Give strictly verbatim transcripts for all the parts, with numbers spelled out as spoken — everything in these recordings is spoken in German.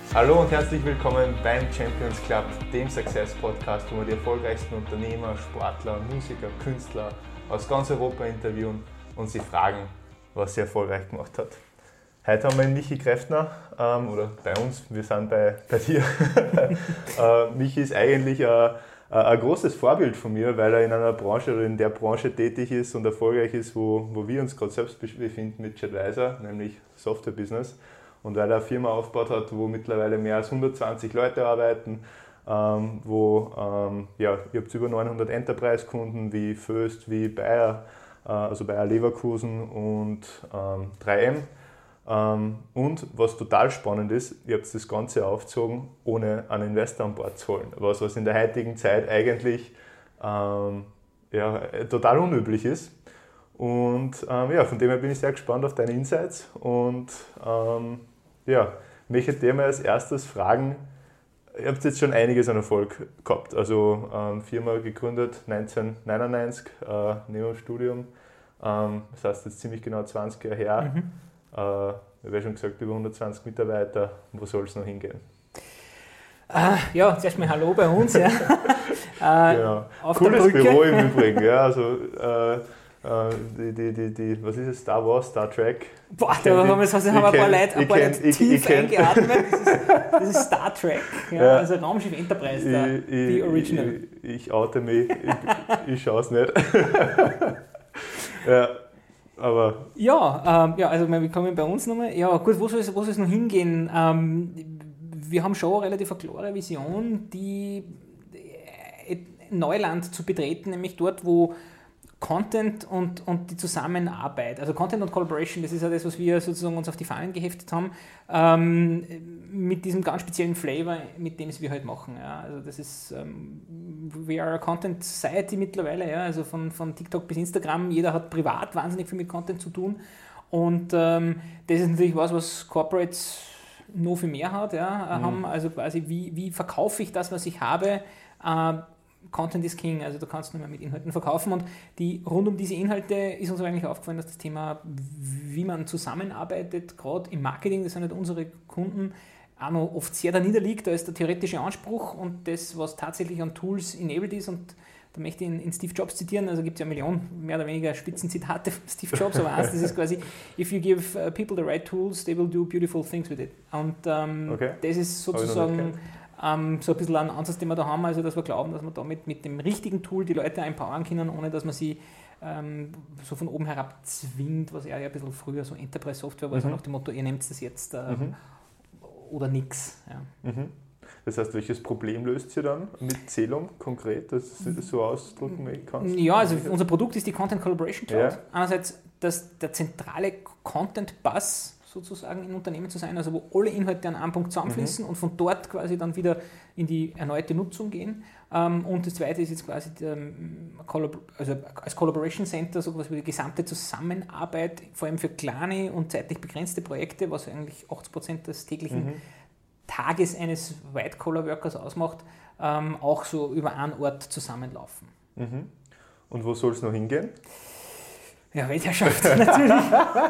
Hallo und herzlich willkommen beim Champions Club, dem Success Podcast, wo wir die erfolgreichsten Unternehmer, Sportler, Musiker, Künstler aus ganz Europa interviewen und sie fragen, was sie erfolgreich gemacht hat. Heute haben wir den Michi Kräftner, ähm, oder bei uns, wir sind bei, bei dir. äh, Michi ist eigentlich ein, ein großes Vorbild von mir, weil er in einer Branche oder in der Branche tätig ist und erfolgreich ist, wo, wo wir uns gerade selbst befinden mit JetVisor, nämlich Software-Business. Und weil er eine Firma aufgebaut hat, wo mittlerweile mehr als hundertzwanzig Leute arbeiten, ähm, wo ähm, ja, ihr habt über neunhundert Enterprise-Kunden wie Föst, wie Bayer, äh, also Bayer Leverkusen und ähm, drei M. Ähm, und was total spannend ist, ihr habt das Ganze aufgezogen, ohne einen Investor an Bord zu holen. Was, was in der heutigen Zeit eigentlich ähm, ja, total unüblich ist. Und ähm, ja, von dem her bin ich sehr gespannt auf deine Insights und ähm, ja, möchte dir mal als erstes fragen, ihr habt jetzt schon einiges an Erfolg gehabt, also ähm, Firma gegründet neunzehnhundertneunundneunzig, äh, neben dem Studium, ähm, das heißt jetzt ziemlich genau zwanzig Jahre her, mhm. äh, ich habe schon gesagt, über hundertzwanzig Mitarbeiter, wo soll es noch hingehen? Uh, ja, zuerst mal Hallo bei uns. Ja. uh, genau. Cooles Büro im Übrigen, ja, also äh, Die, die, die, die, was ist es? Star Wars, Star Trek? Boah, da haben wir, haben wir ein paar Leute, ein paar Leute tief ich, ich eingeatmet. Das ist, das ist Star Trek, ja, ja. Also Raumschiff Enterprise, da, ich, die Original. Ich, ich oute mich, ich, ich schaue es nicht. ja, aber... Ja, ähm, ja, also wir kommen bei uns nochmal. Ja, gut, wo soll es, wo soll es noch hingehen? Ähm, wir haben schon relativ eine klare Vision, die Neuland zu betreten, nämlich dort, wo Content und, und die Zusammenarbeit, also Content und Collaboration, das ist ja das, was wir sozusagen uns auf die Fahnen geheftet haben, ähm, mit diesem ganz speziellen Flavor, mit dem es wir halt machen. Ja. Also das ist, ähm, we are a Content Society mittlerweile, ja. Also von, von TikTok bis Instagram, jeder hat privat wahnsinnig viel mit Content zu tun und ähm, das ist natürlich was, was Corporates noch viel mehr hat, ja, mhm. haben, also quasi wie, wie verkaufe ich das, was ich habe, äh, Content is King, also du kannst nur mehr mit Inhalten verkaufen und die, rund um diese Inhalte ist uns eigentlich aufgefallen, dass das Thema, wie man zusammenarbeitet, gerade im Marketing, das sind nicht unsere Kunden, auch noch oft sehr da niederliegt, da ist der theoretische Anspruch und das, was tatsächlich an Tools enabled ist und da möchte ich in, in Steve Jobs zitieren, also gibt es ja eine Million mehr oder weniger Spitzenzitate von Steve Jobs, aber eins, das ist quasi, if you give people the right tools, they will do beautiful things with it. Und ähm, okay. Das ist sozusagen Um, so ein bisschen ein Ansatz, den wir da haben, also dass wir glauben, dass wir damit mit dem richtigen Tool die Leute empowern können, ohne dass man sie ähm, so von oben herab zwingt, was ja ein bisschen früher so Enterprise-Software war, mhm. so nach dem Motto, ihr nehmt das jetzt ähm, mhm. oder nix. Ja. Mhm. Das heißt, welches Problem löst ihr dann mit Zählung konkret, dass du das so ausdrücken kannst? Ja, also unser Produkt ist die Content Collaboration Cloud. Ja. Einerseits, dass der zentrale Content-Bus sozusagen in Unternehmen zu sein, also wo alle Inhalte an einem Punkt zusammenfließen mhm. und von dort quasi dann wieder in die erneute Nutzung gehen. Und das zweite ist jetzt quasi der, also als Collaboration Center so quasi die gesamte Zusammenarbeit, vor allem für kleine und zeitlich begrenzte Projekte, was eigentlich achtzig Prozent des täglichen mhm. Tages eines White-Collar-Workers ausmacht, auch so über einen Ort zusammenlaufen. Mhm. Und wo soll es noch hingehen? Ja, Weltherrschaft natürlich.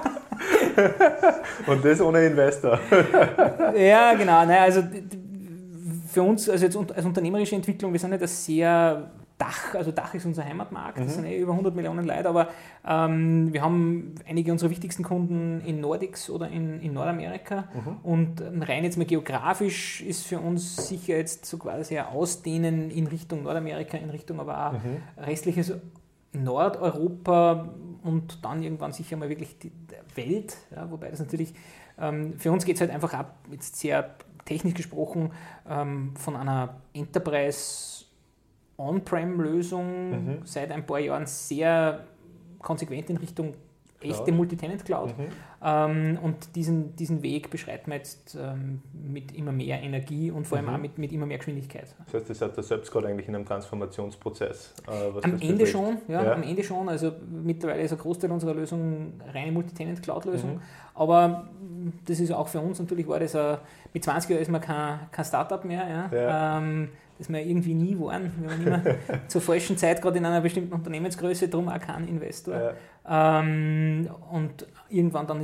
Und das ohne Investor. Ja, genau. Naja, also für uns, also jetzt als unternehmerische Entwicklung, wir sind nicht das sehr Dach, also Dach ist unser Heimatmarkt, das mhm. sind eh über hundert Millionen Leute, aber ähm, wir haben einige unserer wichtigsten Kunden in Nordics oder in, in Nordamerika mhm. und rein jetzt mal geografisch ist für uns sicher jetzt so quasi ein Ausdehnen in Richtung Nordamerika, in Richtung aber auch mhm. restliches Nordeuropa und dann irgendwann sicher mal wirklich die Welt, ja, wobei das natürlich, ähm, für uns geht es halt einfach ab, jetzt sehr technisch gesprochen, ähm, von einer Enterprise On-Prem-Lösung mhm. seit ein paar Jahren sehr konsequent in Richtung echte Cloud. Multitenant-Cloud. Mhm. Ähm, und diesen, diesen Weg beschreiten wir jetzt ähm, mit immer mehr Energie und vor allem mhm. auch mit, mit immer mehr Geschwindigkeit. Das heißt, ihr seid da selbst gerade eigentlich in einem Transformationsprozess? Äh, was am Ende betrifft. schon, ja, ja, am Ende schon. Also mittlerweile ist ein Großteil unserer Lösung reine Multitenant-Cloud-Lösung. Mhm. Aber das ist auch für uns natürlich, war das ein, mit zwanzig Jahren ist man kein, kein Startup mehr. Ja. Ja. Ähm, das wir irgendwie nie waren. Wir waren immer zur falschen Zeit, gerade in einer bestimmten Unternehmensgröße, darum auch kein Investor. Ja. Ähm, und irgendwann dann ist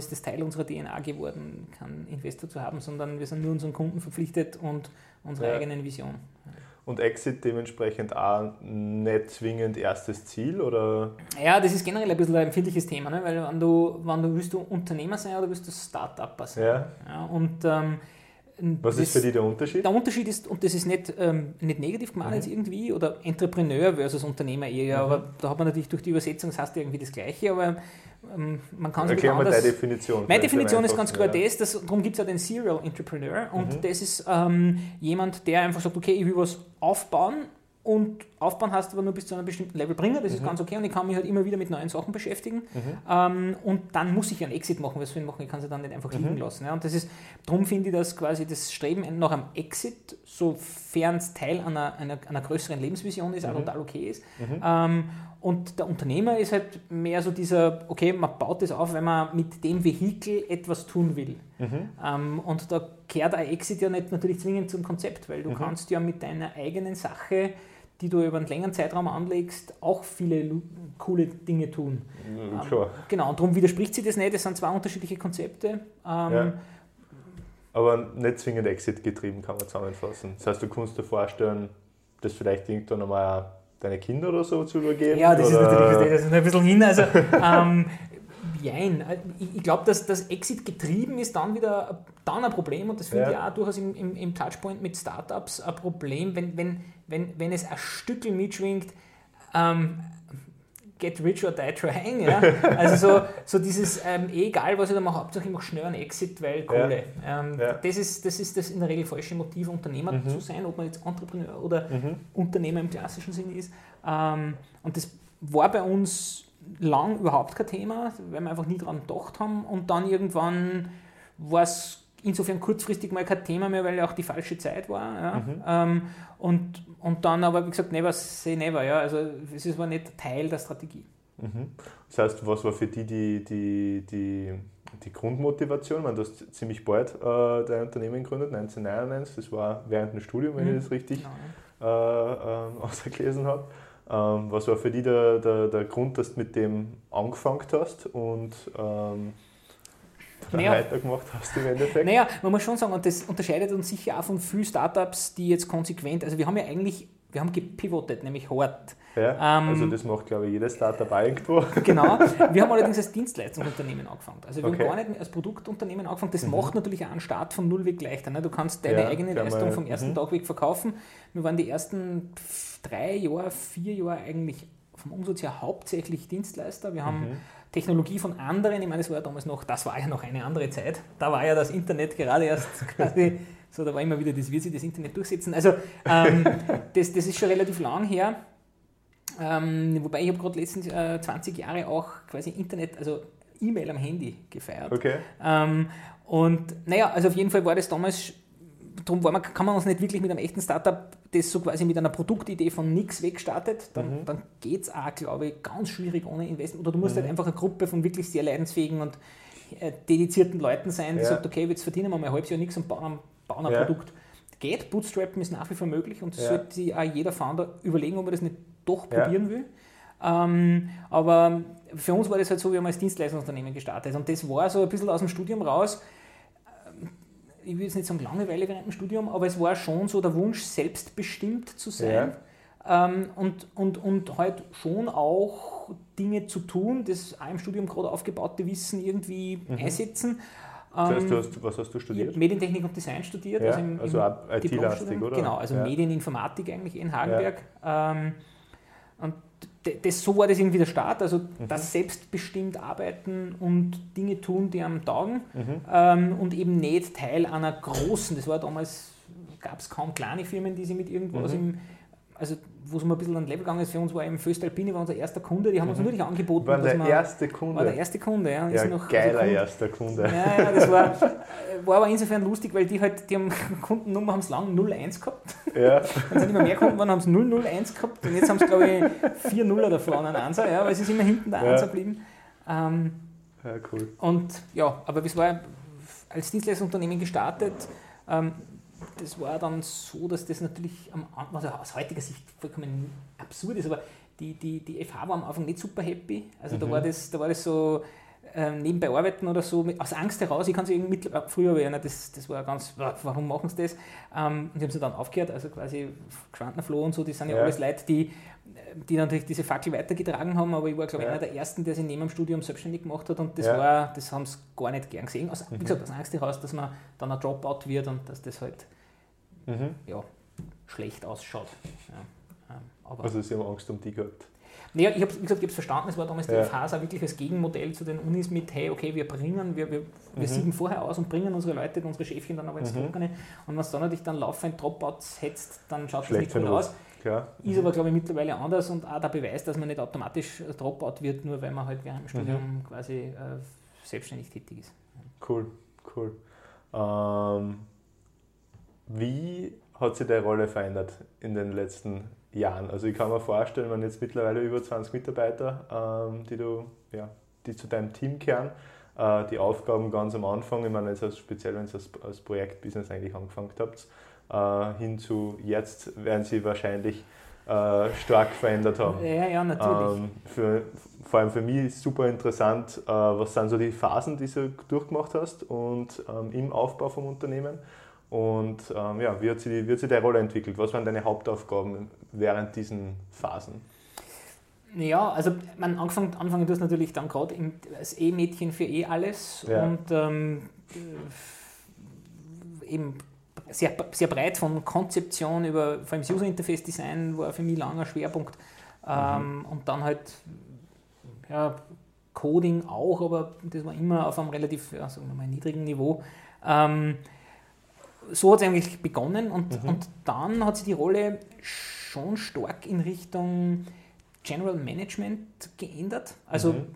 ist das Teil unserer D N A geworden, keinen Investor zu haben, sondern wir sind nur unseren Kunden verpflichtet und unserer ja. eigenen Vision. Und Exit dementsprechend auch nicht zwingend erstes Ziel, oder? Ja, das ist generell ein bisschen ein empfindliches Thema, ne? Weil wenn du, wenn du willst du Unternehmer sein oder willst du Start-Upper sein? Ja. Ja, und ähm, was das, ist für dich der Unterschied? Der Unterschied ist, und das ist nicht, ähm, nicht negativ gemeint mhm. jetzt irgendwie, oder Entrepreneur versus Unternehmer eher, mhm. aber da hat man natürlich durch die Übersetzung, das heißt irgendwie das Gleiche, aber ähm, man kann es ein bisschen anders... Erklär mal deine Definition. Meine Definition ist ganz klar das, das, darum gibt es ja den Serial Entrepreneur und mhm. das ist ähm, jemand, der einfach sagt, okay, ich will was aufbauen und aufbauen heißt aber nur bis zu einem bestimmten Level bringen, das ist mhm. ganz okay und ich kann mich halt immer wieder mit neuen Sachen beschäftigen mhm. ähm, und dann muss ich einen Exit machen, was soll ich machen, ich kann sie dann nicht einfach liegen mhm. lassen. Ja? Und das ist, darum finde ich das quasi das Streben nach einem Exit, sofern es Teil einer, einer, einer größeren Lebensvision ist, mhm. auch total okay ist. Mhm. Ähm, und der Unternehmer ist halt mehr so dieser, okay, man baut das auf, wenn man mit dem Vehikel etwas tun will. Mhm. Ähm, und da kehrt ein Exit ja nicht natürlich zwingend zum Konzept, weil du mhm. kannst ja mit deiner eigenen Sache, die du über einen längeren Zeitraum anlegst, auch viele coole Dinge tun. Mhm, ähm, genau, und darum widerspricht sich das nicht, das sind zwei unterschiedliche Konzepte. Ähm, ja. Aber nicht zwingend Exit getrieben, kann man zusammenfassen. Das heißt, du kannst dir vorstellen, das vielleicht irgendwann einmal deine Kinder oder so zu übergeben? Ja, das oder? ist natürlich das ist ein bisschen hin. Also, ähm, jein. Ich, ich glaube, dass das Exit getrieben ist dann wieder dann ein Problem und das finde ja. ich auch durchaus im, im, im Touchpoint mit Startups ein Problem, wenn, wenn, wenn, wenn es ein Stückel mitschwingt, ähm, get rich or die trying. Ja? Also so, so dieses, ähm, eh egal was ich da mache, Hauptsache ich mache schnell einen Exit, weil Kohle. Ja. Ähm, ja. Das, ist, das ist das in der Regel falsche Motiv, Unternehmer mhm. zu sein, ob man jetzt Entrepreneur oder mhm. Unternehmer im klassischen Sinne ist. Ähm, und das war bei uns lang überhaupt kein Thema, weil wir einfach nie daran gedacht haben und dann irgendwann war es insofern kurzfristig mal kein Thema mehr, weil ja auch die falsche Zeit war. Ja. Mhm. Ähm, und, und dann aber, wie gesagt, never say never. Ja. Also es ist aber nicht Teil der Strategie. Mhm. Das heißt, was war für dich die, die, die, die Grundmotivation? Ich meine, du hast ziemlich bald äh, dein Unternehmen gegründet, neunzehnhundertneunundneunzig, das war während dem Studium, wenn mhm. ich das richtig ja. äh, äh, ausgelesen habe. Ähm, was war für dich der, der, der Grund, dass du mit dem angefangen hast und ähm, dann naja, weitergemacht hast im Endeffekt? Naja, man muss schon sagen, und das unterscheidet uns sicher auch von vielen Startups, die jetzt konsequent, also wir haben ja eigentlich, wir haben gepivotet, nämlich hart. Ja, ähm, also das macht, glaube ich, jedes Startup irgendwo. Genau, wir haben allerdings als Dienstleistungsunternehmen angefangen. Also wir okay. haben gar nicht als Produktunternehmen angefangen. Das mhm. macht natürlich auch einen Start vom Nullweg leichter. Ne? Du kannst deine ja, eigene Leistung vom ersten mhm. Tag weg verkaufen. Wir waren die ersten drei Jahre, vier Jahre eigentlich vom Umsatz her hauptsächlich Dienstleister. Wir haben mhm. Technologie von anderen, ich meine, das war ja damals noch, das war ja noch eine andere Zeit. Da war ja das Internet gerade erst quasi, so da war immer wieder, das wird sich das Internet durchsetzen. Also ähm, das, das ist schon relativ lang her. Ähm, wobei ich habe gerade letztens äh, zwanzig Jahre auch quasi Internet, also E-Mail am Handy gefeiert. Okay. Ähm, und naja, also auf jeden Fall war das damals, darum war man, kann man uns nicht wirklich mit einem echten Startup, das so quasi mit einer Produktidee von nichts wegstartet, dann, mhm. dann geht es auch, glaube ich, ganz schwierig ohne Investment. Oder du musst mhm. halt einfach eine Gruppe von wirklich sehr leidensfähigen und äh, dedizierten Leuten sein, die ja. sagt, okay, jetzt verdienen wir mal ein halbes Jahr nichts und bauen, bauen ein ja. Produkt. Geht, Bootstrappen ist nach wie vor möglich und das ja. sollte sich auch jeder Founder überlegen, ob er das nicht doch probieren ja. will. Ähm, aber für uns war das halt so, wir haben als Dienstleistungsunternehmen gestartet und das war so ein bisschen aus dem Studium raus. Ich will jetzt nicht sagen Langeweile während dem Studium, aber es war schon so der Wunsch, selbstbestimmt zu sein ja. ähm, und, und, und halt schon auch Dinge zu tun, das auch im Studium gerade aufgebaute Wissen irgendwie mhm. einsetzen. Das heißt, du hast, was hast du studiert? Ich habe Medientechnik und Design studiert. Ja, also im, also im I T-lastig, oder? Genau, also ja. Medieninformatik eigentlich in Hagenberg. Ja. Ähm, und das, so war das irgendwie der Start, also mhm. das selbstbestimmt arbeiten und Dinge tun, die am taugen mhm. ähm, und eben nicht Teil einer großen, das war damals, gab es kaum kleine Firmen, die sich mit irgendwas mhm. im, also wo es mal ein bisschen an Level gegangen ist, für uns war eben Föstalpine war unser erster Kunde, die haben mhm. uns natürlich angeboten. War der man, erste Kunde? War der erste Kunde, ja. Ja, ist noch, geiler also erster Kunde. Ja, ja, das war, war aber insofern lustig, weil die halt, die haben Kundennummer haben es lang null eins gehabt. Ja. Dann sind immer mehr Kunden waren, haben es null null eins gehabt und jetzt haben es, glaube ich, vier Nuller davor an einen Einser, ja, weil es ist immer hinten der Einser geblieben. Ähm, ja, cool. Und ja, aber es war als Dienstleistungsunternehmen gestartet. Ähm, Das war dann so, dass das natürlich am Anfang, also aus heutiger Sicht vollkommen absurd ist, aber die, die, die F H war am Anfang nicht super happy. Also mhm. da, war das, da war das so, äh, nebenbei arbeiten oder so, mit, aus Angst heraus, ich kann es irgendwie mit, früher aber ja, das, das war ganz, warum machen sie das? Ähm, und die haben sie dann aufgehört, also quasi Quantenflow und so, die sind ja, ja alles Leute, die, die natürlich diese Fackel weitergetragen haben, aber ich war, glaube ich, ja. einer der ersten, der sich neben dem Studium selbstständig gemacht hat und das ja. war, das haben sie gar nicht gern gesehen. Also, wie gesagt, aus Angst heraus, dass man dann ein Dropout wird und dass das halt mhm. ja, schlecht ausschaut. Ja, ähm, aber also sie haben Angst um die gehabt. Naja, ich habe es verstanden, es war damals ja. die Phase wirklich als Gegenmodell zu den Unis mit, hey, okay, wir bringen, wir, wir, wir mhm. siegen vorher aus und bringen unsere Leute, unsere Chefchen dann aber ins mhm. Trockene. Und wenn es dann natürlich dann laufend Dropouts hetzt, dann schaut Schlecht das nicht gut aus. Klar. Ist mhm. aber, glaube ich, mittlerweile anders und auch der Beweis, dass man nicht automatisch Dropout wird, nur weil man halt während dem Studium mhm. quasi äh, selbstständig tätig ist. Cool, cool. Ähm, wie hat sich deine Rolle verändert in den letzten Jahren? Also ich kann mir vorstellen, wenn jetzt mittlerweile über zwanzig Mitarbeiter, ähm, die, du, ja, die zu deinem Team kehren, äh, die Aufgaben ganz am Anfang, ich meine jetzt als, speziell, wenn ihr als, als Projektbusiness eigentlich angefangen habt, äh, hin zu jetzt werden sie wahrscheinlich äh, stark verändert haben. Ja, ja, natürlich. Ähm, für, vor allem für mich ist super interessant, äh, was sind so die Phasen, die du durchgemacht hast und ähm, im Aufbau vom Unternehmen. Und ähm, ja, wie hat sich die, wie hat sich deine Rolle entwickelt? Was waren deine Hauptaufgaben während diesen Phasen? Ja, also man angefangen, anfangen tust natürlich dann gerade als E-Mädchen für eh alles ja. und ähm, eben sehr, sehr breit von Konzeption über vor allem das User Interface Design war für mich langer Schwerpunkt ähm, mhm. und dann halt ja, Coding auch, aber das war immer auf einem relativ ja, sagen wir mal, niedrigen Niveau. Ähm, So hat es eigentlich begonnen und, mhm. und dann hat sich die Rolle schon stark in Richtung General Management geändert. Also mhm.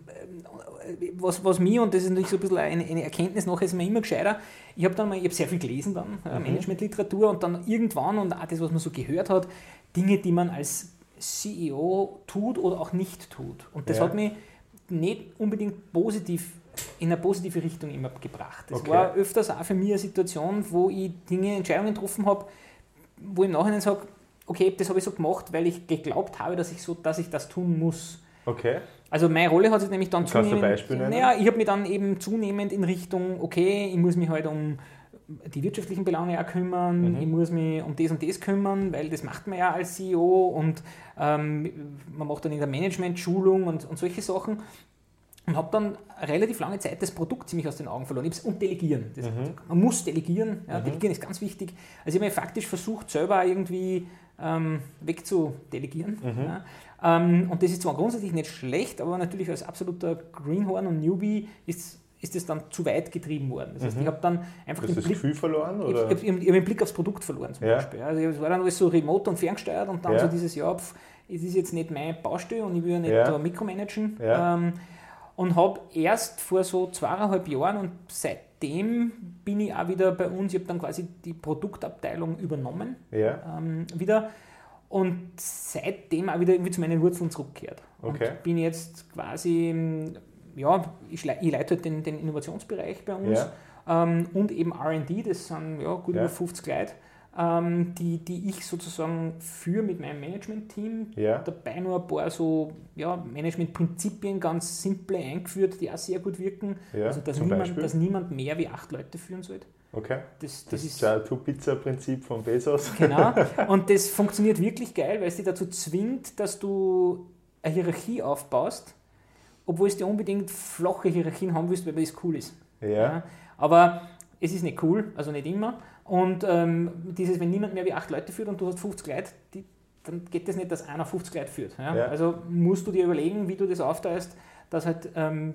was, was mir, und das ist natürlich so ein bisschen eine, eine Erkenntnis nachher, ist mir immer gescheiter, ich habe dann mal, ich habe sehr viel gelesen dann, mhm. Managementliteratur und dann irgendwann und auch das, was man so gehört hat, Dinge, die man als C E O tut oder auch nicht tut. Und das ja. hat mich nicht unbedingt positiv in eine positive Richtung immer gebracht. Es okay. war öfters auch für mich eine Situation, wo ich Dinge, Entscheidungen getroffen habe, wo ich im Nachhinein sage, okay, das habe ich so gemacht, weil ich geglaubt habe, dass ich, so, dass ich das tun muss. Okay. Also meine Rolle hat sich nämlich dann Kannst zunehmend... Kannst du ein Beispiel nennen? Naja, ich habe mich dann eben zunehmend in Richtung, okay, ich muss mich halt um die wirtschaftlichen Belange auch kümmern, mhm. ich muss mich um das und das kümmern, weil das macht man ja als C E O und ähm, man macht dann in der Management-Schulung und, und solche Sachen. Und habe dann relativ lange Zeit das Produkt ziemlich aus den Augen verloren. Und delegieren. Das, mhm. Man muss delegieren. Ja, mhm. Delegieren ist ganz wichtig. Also ich habe mir faktisch versucht, selber irgendwie ähm, wegzudelegieren. Mhm. Ja. Ähm, und das ist zwar grundsätzlich nicht schlecht, aber natürlich als absoluter Greenhorn und Newbie ist, ist das dann zu weit getrieben worden. Das heißt, mhm. ich habe dann einfach den das Blick, Gefühl verloren? Oder? Ich, ich, ich, ich habe den Blick aufs Produkt verloren zum ja. Beispiel. Also es war dann alles so remote und ferngesteuert und dann ja. so dieses Jahr, pf, es ist jetzt nicht mein Baustelle und ich will ja nicht ja. mikromanagen. Ja. Ähm, Und habe erst vor so zweieinhalb Jahren und seitdem bin ich auch wieder bei uns, ich habe dann quasi die Produktabteilung übernommen ja. ähm, wieder und seitdem auch wieder irgendwie zu meinen Wurzeln zurückgekehrt. Okay. Und bin jetzt quasi, ja, ich, ich leite halt den, den Innovationsbereich bei uns ja. ähm, und eben R and D, das sind ja gut ja. über fünfzig Leute. Ähm, die, die ich sozusagen führe mit meinem Management-Team. Ja. Dabei nur ein paar so ja, Management-Prinzipien, ganz simple eingeführt, die auch sehr gut wirken. Ja, also dass niemand, dass niemand mehr wie acht Leute führen sollte. Okay. Das, das, das ist das Two-Pizza-Prinzip von Bezos. Genau. Und das funktioniert wirklich geil, weil es dich dazu zwingt, dass du eine Hierarchie aufbaust, obwohl es dir unbedingt flache Hierarchien haben willst, weil das cool ist. Ja. Ja. Aber es ist nicht cool, also nicht immer. Und ähm, dieses, wenn niemand mehr wie acht Leute führt und du hast fünfzig Leute, die, dann geht das nicht, dass einer fünfzig Leute führt. Ja? Ja. Also musst du dir überlegen, wie du das aufteilst, dass halt ähm,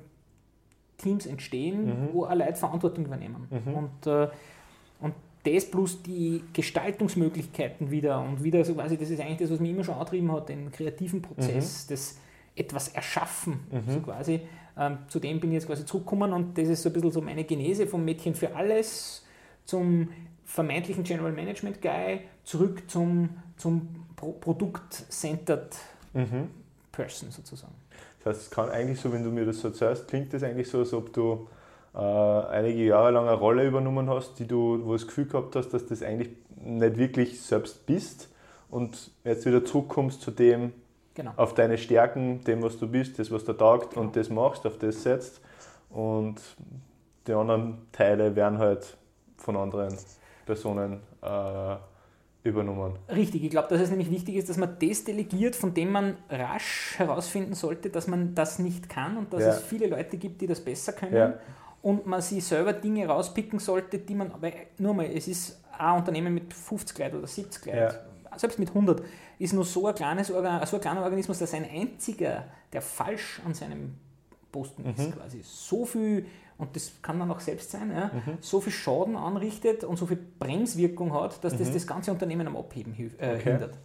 Teams entstehen, mhm. wo alle Leute Verantwortung übernehmen. Mhm. Und, äh, und das plus die Gestaltungsmöglichkeiten wieder und wieder so quasi, das ist eigentlich das, was mich immer schon angetrieben hat, den kreativen Prozess, mhm. das etwas erschaffen, mhm. so quasi. Ähm, zu dem bin ich jetzt quasi zurückgekommen und das ist so ein bisschen so meine Genese vom Mädchen für alles zum vermeintlichen General Management Guy zurück zum, zum Pro- Produkt-centered mhm. Person sozusagen. Das heißt, es kann eigentlich so, wenn du mir das so erzählst, klingt das eigentlich so, als ob du äh, einige Jahre lang eine Rolle übernommen hast, die du, wo du das Gefühl gehabt hast, dass das eigentlich nicht wirklich selbst bist und jetzt wieder zurückkommst zu dem, genau. auf deine Stärken, dem, was du bist, das, was dir taugt genau. und das machst, auf das setzt und die anderen Teile werden halt von anderen Personen äh, übernommen. Richtig, ich glaube, dass es nämlich wichtig ist, dass man das delegiert, von dem man rasch herausfinden sollte, dass man das nicht kann und dass ja. es viele Leute gibt, die das besser können ja. und man sich selber Dinge rauspicken sollte, die man, weil nur mal, es ist ein Unternehmen mit fünfzig Leuten oder siebzig Leuten, ja. selbst mit hundert, ist nur so ein, kleines Organ, so ein kleiner Organismus, dass ein einziger, der falsch an seinem Posten mhm. ist, quasi so viel, und das kann man auch selbst sein, ja, mhm. so viel Schaden anrichtet und so viel Bremswirkung hat, dass das mhm. das ganze Unternehmen am Abheben äh, okay. hindert.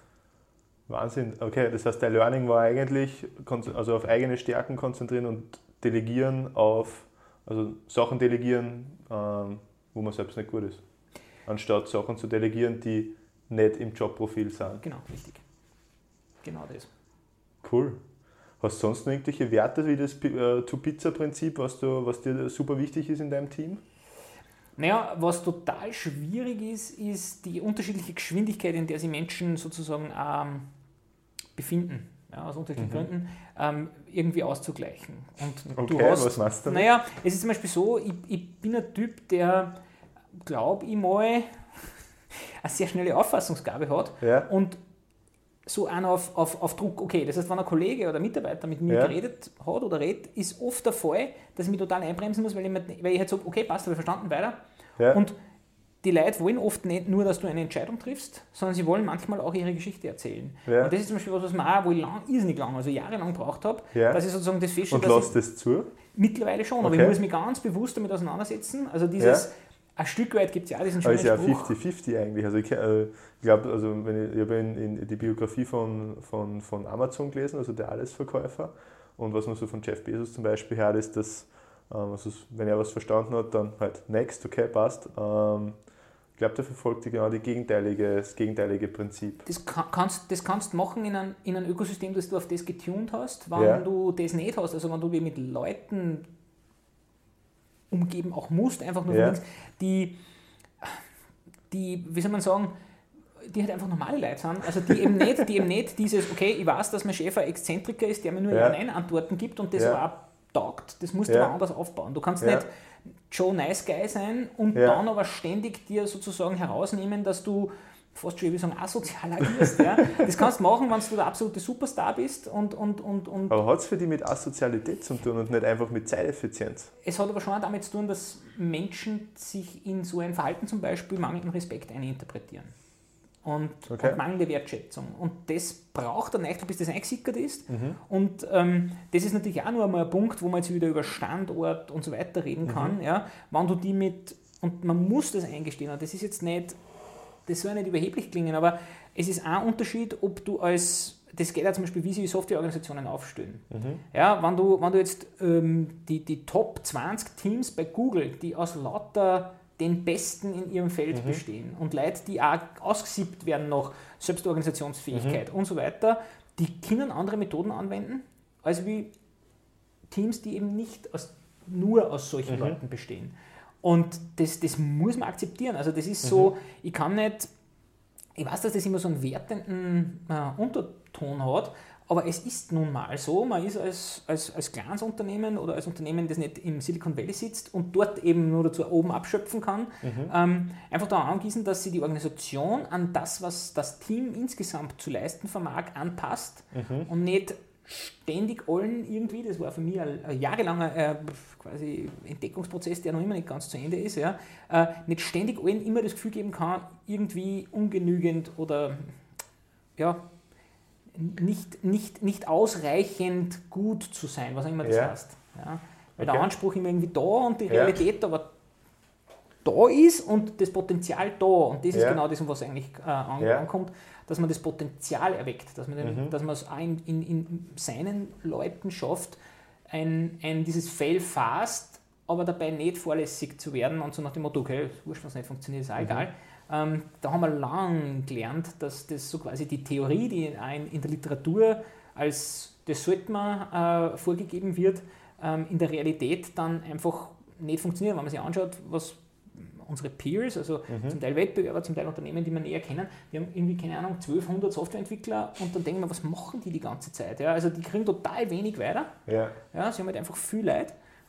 Wahnsinn. Okay, das heißt, der Learning war eigentlich, also auf eigene Stärken konzentrieren und delegieren auf, also Sachen delegieren, ähm, wo man selbst nicht gut ist. Anstatt Sachen zu delegieren, die nicht im Jobprofil sind. Genau, richtig. Genau das. Cool. Hast du sonst noch irgendwelche Werte wie das äh, Two-Pizza-Prinzip, was, du, was dir super wichtig ist in deinem Team? Naja, was total schwierig ist, ist die unterschiedliche Geschwindigkeit, in der sich Menschen sozusagen ähm, befinden, ja, aus unterschiedlichen mhm. Gründen, ähm, irgendwie auszugleichen. Und okay, du hast, was machst du? Naja, es ist zum Beispiel so, ich, ich bin ein Typ, der, glaube ich mal, eine sehr schnelle Auffassungsgabe hat ja. und so einer auf, auf, auf Druck, okay, das heißt, wenn ein Kollege oder Mitarbeiter mit mir ja. geredet hat oder redet, ist oft der Fall, dass ich mich total einbremsen muss, weil ich, mit, weil ich halt sage, okay, passt, habe ich verstanden, weiter. Ja. Und die Leute wollen oft nicht nur, dass du eine Entscheidung triffst, sondern sie wollen manchmal auch ihre Geschichte erzählen. Ja. Und das ist zum Beispiel was, was man auch, wo ich lang, irrsinnig lang, also jahrelang gebraucht habe, ja. dass ich sozusagen das feststelle. Und lässt das zu? Mittlerweile schon, okay. aber ich muss mich ganz bewusst damit auseinandersetzen. Also dieses... Ja. Ein Stück weit gibt es ja diesen schönen Spruch. Aber ist ja Spruch. fünfzig fünfzig eigentlich. Also ich, äh, ich glaube, also wenn ich, ich habe in, in die Biografie von, von, von Amazon gelesen, also der Allesverkäufer. Und was man so von Jeff Bezos zum Beispiel hört, ist, dass ähm, also wenn er was verstanden hat, dann halt next, okay, passt. Ähm, ich glaube, der verfolgt genau die gegenteilige, das gegenteilige Prinzip. Das kann, kannst das kannst machen in einem in ein Ökosystem, das du auf das getuned hast. Wenn ja. du das nicht hast, also wenn du dich mit Leuten umgeben auch musst, einfach nur ja. links, die, die, wie soll man sagen, die halt einfach normale Leute sind, also die eben nicht, die eben nicht dieses, okay, ich weiß, dass mein Chef ein Exzentriker ist, der mir nur ja. Ja-Nein-Antworten gibt und das ja. aber auch taugt, das musst du ja. aber anders aufbauen. Du kannst ja. nicht Joe Nice Guy sein und ja. dann aber ständig dir sozusagen herausnehmen, dass du fast schon, wie sagen, asozial agierst. Ja. Das kannst du machen, wenn du der absolute Superstar bist. Und, und, und, und aber hat es für dich mit Asozialität zu tun und nicht einfach mit Zeiteffizienz? Es hat aber schon auch damit zu tun, dass Menschen sich in so ein Verhalten zum Beispiel mangelnden Respekt eininterpretieren. Und, okay. und mangelnde Wertschätzung. Und das braucht dann eigentlich, bis das eingesickert ist. Mhm. Und ähm, das ist natürlich auch nur einmal ein Punkt, wo man jetzt wieder über Standort und so weiter reden kann. Mhm. Ja, wenn du die mit, und man muss das eingestehen, das ist jetzt nicht, das soll ja nicht überheblich klingen, aber es ist ein Unterschied, ob du als, das geht ja zum Beispiel, wie sie Softwareorganisationen aufstellen. Mhm. Ja, wenn du, wenn du jetzt ähm, die, die Top zwanzig Teams bei Google, die aus lauter den Besten in ihrem Feld mhm. bestehen und Leute, die auch ausgesiebt werden nach Selbstorganisationsfähigkeit mhm. und so weiter, die können andere Methoden anwenden, als wie Teams, die eben nicht aus, nur aus solchen mhm. Leuten bestehen. Und das, das muss man akzeptieren. Also das ist so, mhm. ich kann nicht, ich weiß, dass das immer so einen wertenden äh, Unterton hat, aber es ist nun mal so, man ist als, als, als kleines Unternehmen oder als Unternehmen, das nicht im Silicon Valley sitzt und dort eben nur dazu oben abschöpfen kann, mhm. ähm, einfach daran angießen, dass sie die Organisation an das, was das Team insgesamt zu leisten vermag, anpasst mhm. und nicht ständig allen irgendwie, das war für mich ein, ein jahrelanger äh, quasi Entdeckungsprozess, der noch immer nicht ganz zu Ende ist, ja, äh, nicht ständig allen immer das Gefühl geben kann, irgendwie ungenügend oder ja, nicht, nicht, nicht ausreichend gut zu sein, was auch immer das ja. heißt. Ja. Weil okay. der Anspruch immer irgendwie da und die Realität ja. aber da ist und das Potenzial da. Und das ist ja. genau das, um was es eigentlich äh, an, ja. ankommt, dass man das Potenzial erweckt, dass man, den, mhm. dass man es auch in, in, in seinen Leuten schafft, ein, ein, dieses Fail fast, aber dabei nicht vorlässig zu werden und so nach dem Motto, okay, wurscht, was nicht funktioniert, ist auch mhm. egal. Ähm, da haben wir lang gelernt, dass das so quasi die Theorie, die in, in der Literatur als das sollte man äh, vorgegeben wird, ähm, in der Realität dann einfach nicht funktioniert. Wenn man sich anschaut, was unsere Peers, also mhm. zum Teil Wettbewerber, zum Teil Unternehmen, die wir näher kennen, die haben irgendwie, keine Ahnung, zwölfhundert Softwareentwickler und dann denken wir, was machen die die ganze Zeit? Ja, also die kriegen total wenig weiter. Ja. Ja, sie haben halt einfach viel Leid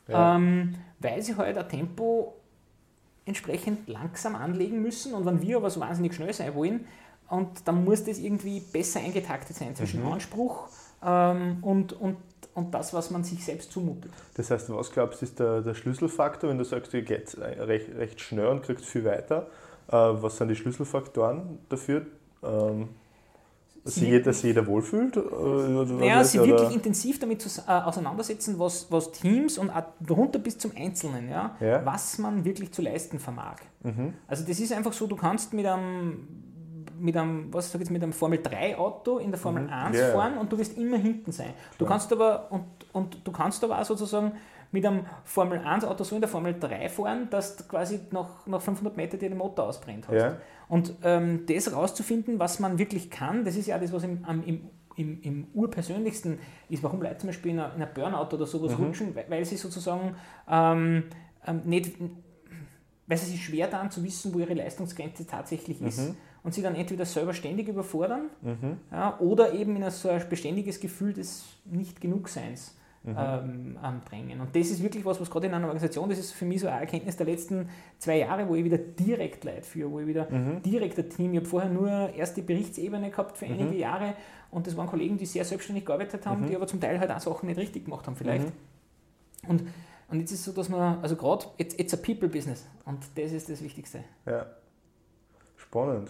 ja. ähm, weil sie halt ein Tempo entsprechend langsam anlegen müssen und wenn wir aber so wahnsinnig schnell sein wollen, und dann muss das irgendwie besser eingetaktet sein zwischen mhm. Anspruch ähm, und, und, und das, was man sich selbst zumutet. Das heißt, was glaubst du, ist der, der Schlüsselfaktor, wenn du sagst, du gehst recht, recht schnell und kriegst viel weiter? Äh, was sind die Schlüsselfaktoren dafür? Ähm, dass, sie, jeder, dass sich jeder wohlfühlt? Oder ja, sie wirklich intensiv damit zu, äh, auseinandersetzen, was, was Teams und auch runter bis zum Einzelnen, ja, ja. was man wirklich zu leisten vermag. Mhm. Also das ist einfach so, du kannst mit einem mit einem, was sag ich jetzt, mit einem Formel drei Auto in der Formel mhm. eins yeah. fahren und du wirst immer hinten sein. Du Klar. kannst aber und, und du kannst aber auch sozusagen mit einem Formel eins Auto so in der Formel drei fahren, dass du quasi nach, nach fünfhundert Metern dir den Motor ausbrennt hast. Yeah. Und ähm, das rauszufinden, was man wirklich kann, das ist ja das, was im, im, im, im urpersönlichsten ist. Warum Leute zum Beispiel in einer Burnout oder sowas mhm. rutschen, weil, weil sie sozusagen ähm, ähm, nicht, weil sie sich schwer tun zu wissen, wo ihre Leistungsgrenze tatsächlich ist. Mhm. Und sie dann entweder selber ständig überfordern mhm. ja, oder eben in ein so ein beständiges Gefühl des Nicht-Genugseins mhm. ähm, drängen. Und das ist wirklich was, was gerade in einer Organisation, das ist für mich so eine Erkenntnis der letzten zwei Jahre, wo ich wieder direkt Leute führe, wo ich wieder mhm. direkt ein Team, ich habe vorher nur erst die Berichtsebene gehabt für einige mhm. Jahre und das waren Kollegen, die sehr selbstständig gearbeitet haben, mhm. die aber zum Teil halt auch Sachen nicht richtig gemacht haben vielleicht. Mhm. Und, und jetzt ist es so, dass man, also gerade, it's, it's a people business und das ist das Wichtigste. Ja, spannend.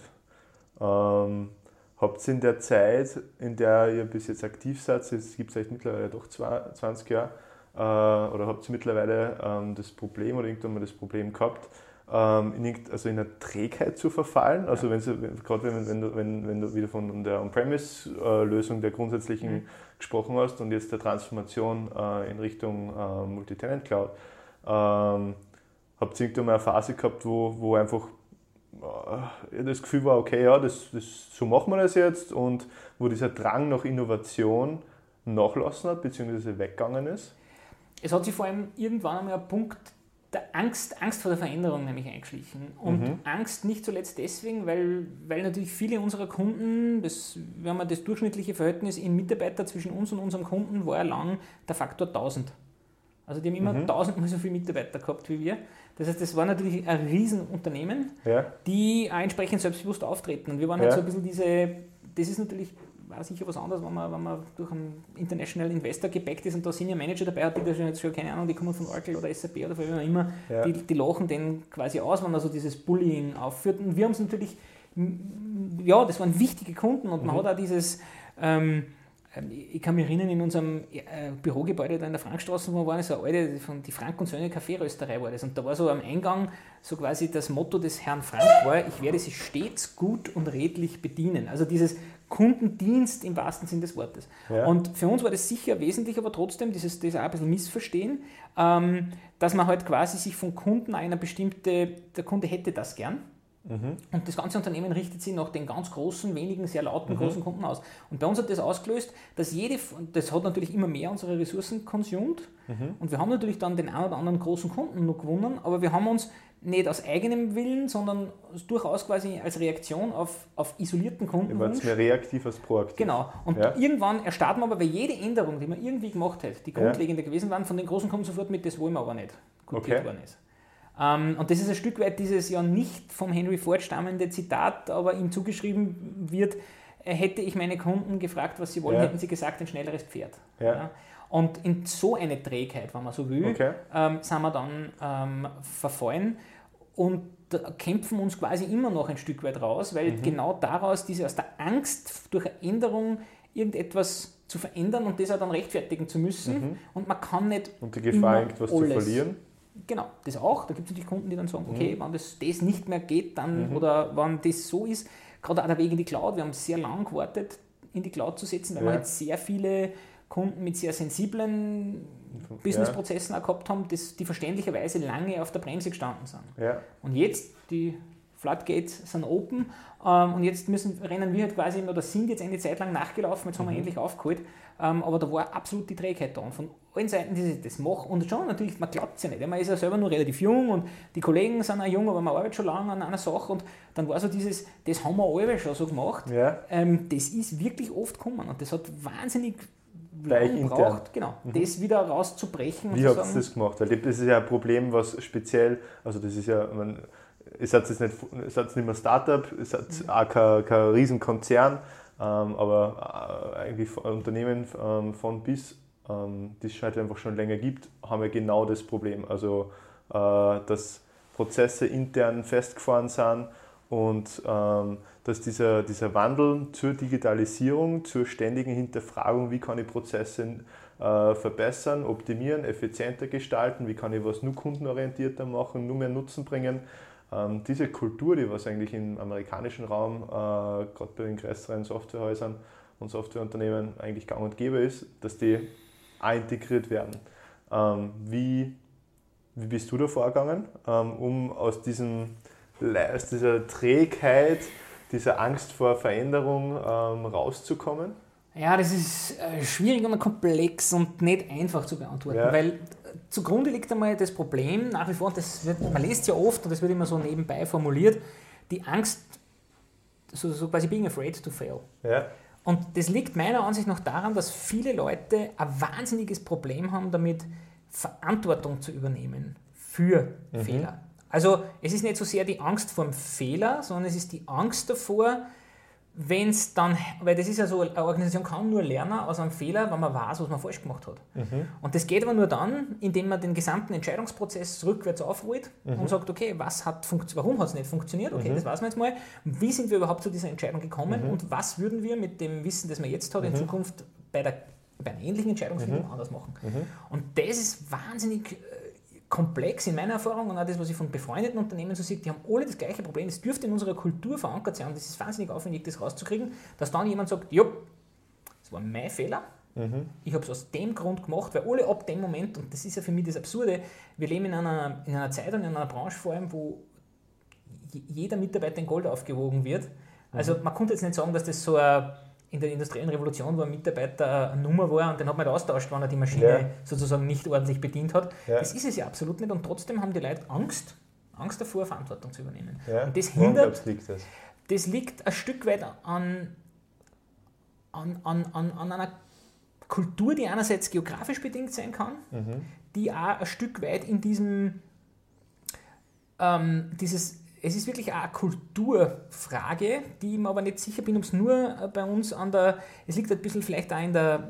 Ähm, habt ihr in der Zeit, in der ihr bis jetzt aktiv seid, es gibt es vielleicht mittlerweile doch zwanzig Jahre, äh, oder habt ihr mittlerweile ähm, das Problem oder irgendwann mal das Problem gehabt, ähm, in, also in eine Trägheit zu verfallen? Also wenn du, gerade wenn, wenn, du, wenn, wenn du wieder von der On-Premise-Lösung der grundsätzlichen mhm. gesprochen hast und jetzt der Transformation äh, in Richtung äh, Multi-Tenant-Cloud, ähm, habt ihr irgendwann mal eine Phase gehabt, wo, wo einfach das Gefühl war, okay, ja, das, das, so machen wir das jetzt und wo dieser Drang nach Innovation nachlassen hat, beziehungsweise weggegangen ist? Es hat sich vor allem irgendwann einmal ein Punkt der Angst, Angst vor der Veränderung nämlich eingeschlichen. Und mhm. Angst nicht zuletzt deswegen, weil, weil natürlich viele unserer Kunden, das, wenn man das durchschnittliche Verhältnis in Mitarbeiter zwischen uns und unserem Kunden war ja lang der Faktor tausend. Also die haben immer mhm. tausendmal so viele Mitarbeiter gehabt wie wir. Das heißt, das war natürlich ein Riesenunternehmen, ja. die auch entsprechend selbstbewusst auftreten. Und wir waren ja. halt so ein bisschen diese, das ist natürlich, war sicher was anderes, wenn man, wenn man durch einen International Investor gebackt ist und da Senior Manager dabei hat, die da schon jetzt schon, keine Ahnung, die kommen von Oracle oder S A P oder von wem auch immer, ja. die, die lachen den quasi aus, wenn er so dieses Bullying aufführt. Und wir haben es natürlich, ja, das waren wichtige Kunden und mhm. man hat auch dieses, ähm, ich kann mich erinnern, in unserem Bürogebäude da in der Frankstraße, wo war so eine alte, von die Frank und Söhne Kaffeerösterei war das. Und da war so am Eingang so quasi das Motto des Herrn Frank war, ich werde Sie stets gut und redlich bedienen. Also dieses Kundendienst im wahrsten Sinn des Wortes. Ja. Und für uns war das sicher wesentlich, aber trotzdem, dieses, das auch ein bisschen missverstehen, ähm, dass man halt quasi sich vom Kunden einer bestimmte, der Kunde hätte das gern. Mhm. Und das ganze Unternehmen richtet sich nach den ganz großen, wenigen, sehr lauten, mhm. großen Kunden aus. Und bei uns hat das ausgelöst, dass jede, das hat natürlich immer mehr unsere Ressourcen konsumiert mhm. und wir haben natürlich dann den einen oder anderen großen Kunden noch gewonnen, aber wir haben uns nicht aus eigenem Willen, sondern durchaus quasi als Reaktion auf, auf isolierten Kunden. Ihr wart mehr reaktiv als proaktiv. Genau. Und ja. irgendwann erstarrt man aber bei jeder Änderung, die man irgendwie gemacht hat, die grundlegender ja. gewesen waren, von den großen Kunden sofort mit, das wollen wir aber nicht, kopiert okay. worden ist. Um, und das ist ein Stück weit dieses ja nicht vom Henry Ford stammende Zitat, aber ihm zugeschrieben wird, hätte ich meine Kunden gefragt, was sie wollen, ja. hätten sie gesagt, ein schnelleres Pferd. Ja. Ja. Und in so eine Trägheit, wenn man so will, okay. ähm, sind wir dann ähm, verfallen und kämpfen uns quasi immer noch ein Stück weit raus, weil mhm. genau daraus, diese aus der Angst durch eine Änderung irgendetwas zu verändern und das auch dann rechtfertigen zu müssen mhm. und man kann nicht und die Gefahr, irgendwas zu verlieren. Genau, das auch. Da gibt es natürlich Kunden, die dann sagen, okay, mhm. wenn das, das nicht mehr geht, dann mhm. oder wenn das so ist, gerade auch der Weg in die Cloud, wir haben sehr lange gewartet, in die Cloud zu setzen, weil ja. wir halt sehr viele Kunden mit sehr sensiblen ja. Businessprozessen auch gehabt haben, das, die verständlicherweise lange auf der Bremse gestanden sind. Ja. Und jetzt, die Floodgates sind open ähm, und jetzt müssen, rennen wir halt quasi, oder sind jetzt eine Zeit lang nachgelaufen, jetzt haben wir mhm. endlich aufgeholt, ähm, aber da war absolut die Trägheit da. Und von allen Seiten, die das machen, und schon natürlich, man glaubt es ja nicht, man ist ja selber nur relativ jung und die Kollegen sind auch jung, aber man arbeitet schon lange an einer Sache und dann war so dieses, das haben wir alle schon so gemacht, ja. ähm, das ist wirklich oft gekommen und das hat wahnsinnig gleich lang intern. braucht, genau, Mhm. das wieder rauszubrechen. Wie habt ihr das gemacht? Weil das ist ja ein Problem, was speziell, also das ist ja, man, ihr seid jetzt nicht, ihr seid nicht mehr Startup, ihr seid mhm. auch kein, kein Riesenkonzern, ähm, aber eigentlich Unternehmen ähm, von bis, ähm, die es halt einfach schon länger gibt, haben ja genau das Problem. Also äh, dass Prozesse intern festgefahren sind und ähm, dass dieser, dieser Wandel zur Digitalisierung, zur ständigen Hinterfragung, wie kann ich Prozesse äh, verbessern, optimieren, effizienter gestalten, wie kann ich was nur kundenorientierter machen, nur mehr Nutzen bringen. Ähm, diese Kultur, die was eigentlich im amerikanischen Raum, äh, gerade bei den größeren Softwarehäusern und Softwareunternehmen eigentlich gang und gäbe ist, dass die auch integriert werden. Ähm, wie, wie bist du da vorgegangen, ähm, um aus, diesem, aus dieser Trägheit, dieser Angst vor Veränderung ähm, rauszukommen? Ja, das ist äh, schwierig und komplex und nicht einfach zu beantworten, Ja. weil zugrunde liegt einmal das Problem, nach wie vor, und das wird, man liest ja oft und das wird immer so nebenbei formuliert, die Angst, so, so quasi being afraid to fail. Ja. Und das liegt meiner Ansicht nach daran, dass viele Leute ein wahnsinniges Problem haben, damit Verantwortung zu übernehmen für mhm. Fehler. Also es ist nicht so sehr die Angst vor dem Fehler, sondern es ist die Angst davor, wenn es dann, weil das ist ja so, eine Organisation kann nur lernen aus einem Fehler, wenn man weiß, was man falsch gemacht hat. Mhm. Und das geht aber nur dann, indem man den gesamten Entscheidungsprozess rückwärts aufrollt mhm. und sagt, okay, was hat funktio- warum hat es nicht funktioniert? Okay, mhm. das weiß man jetzt mal. Wie sind wir überhaupt zu dieser Entscheidung gekommen mhm. und was würden wir mit dem Wissen, das man jetzt hat, mhm. in Zukunft bei, der, bei einer ähnlichen Entscheidungsfindung mhm. anders machen? Mhm. Und das ist wahnsinnig komplex in meiner Erfahrung und auch das, was ich von befreundeten Unternehmen so sehe, die haben alle das gleiche Problem. Das dürfte in unserer Kultur verankert sein und das ist wahnsinnig aufwendig, das rauszukriegen, dass dann jemand sagt, ja, das war mein Fehler, mhm. ich habe es aus dem Grund gemacht, weil alle ab dem Moment, und das ist ja für mich das Absurde, wir leben in einer, in einer Zeit und in einer Branche vor allem, wo jeder Mitarbeiter in Gold aufgewogen wird. Also man konnte jetzt nicht sagen, dass das so ein in der industriellen Revolution, wo ein Mitarbeiter eine Nummer war und den hat man halt austauscht, wenn er die Maschine ja. sozusagen nicht ordentlich bedient hat. Ja. Das ist es ja absolut nicht und trotzdem haben die Leute Angst, Angst davor, Verantwortung zu übernehmen. Ja. Und das hindert, liegt das? das liegt ein Stück weit an, an, an, an, an einer Kultur, die einerseits geografisch bedingt sein kann, mhm. die auch ein Stück weit in diesem, ähm, dieses es ist wirklich auch eine Kulturfrage, die ich mir aber nicht sicher bin, ob es nur bei uns an der, es liegt ein bisschen vielleicht auch in der,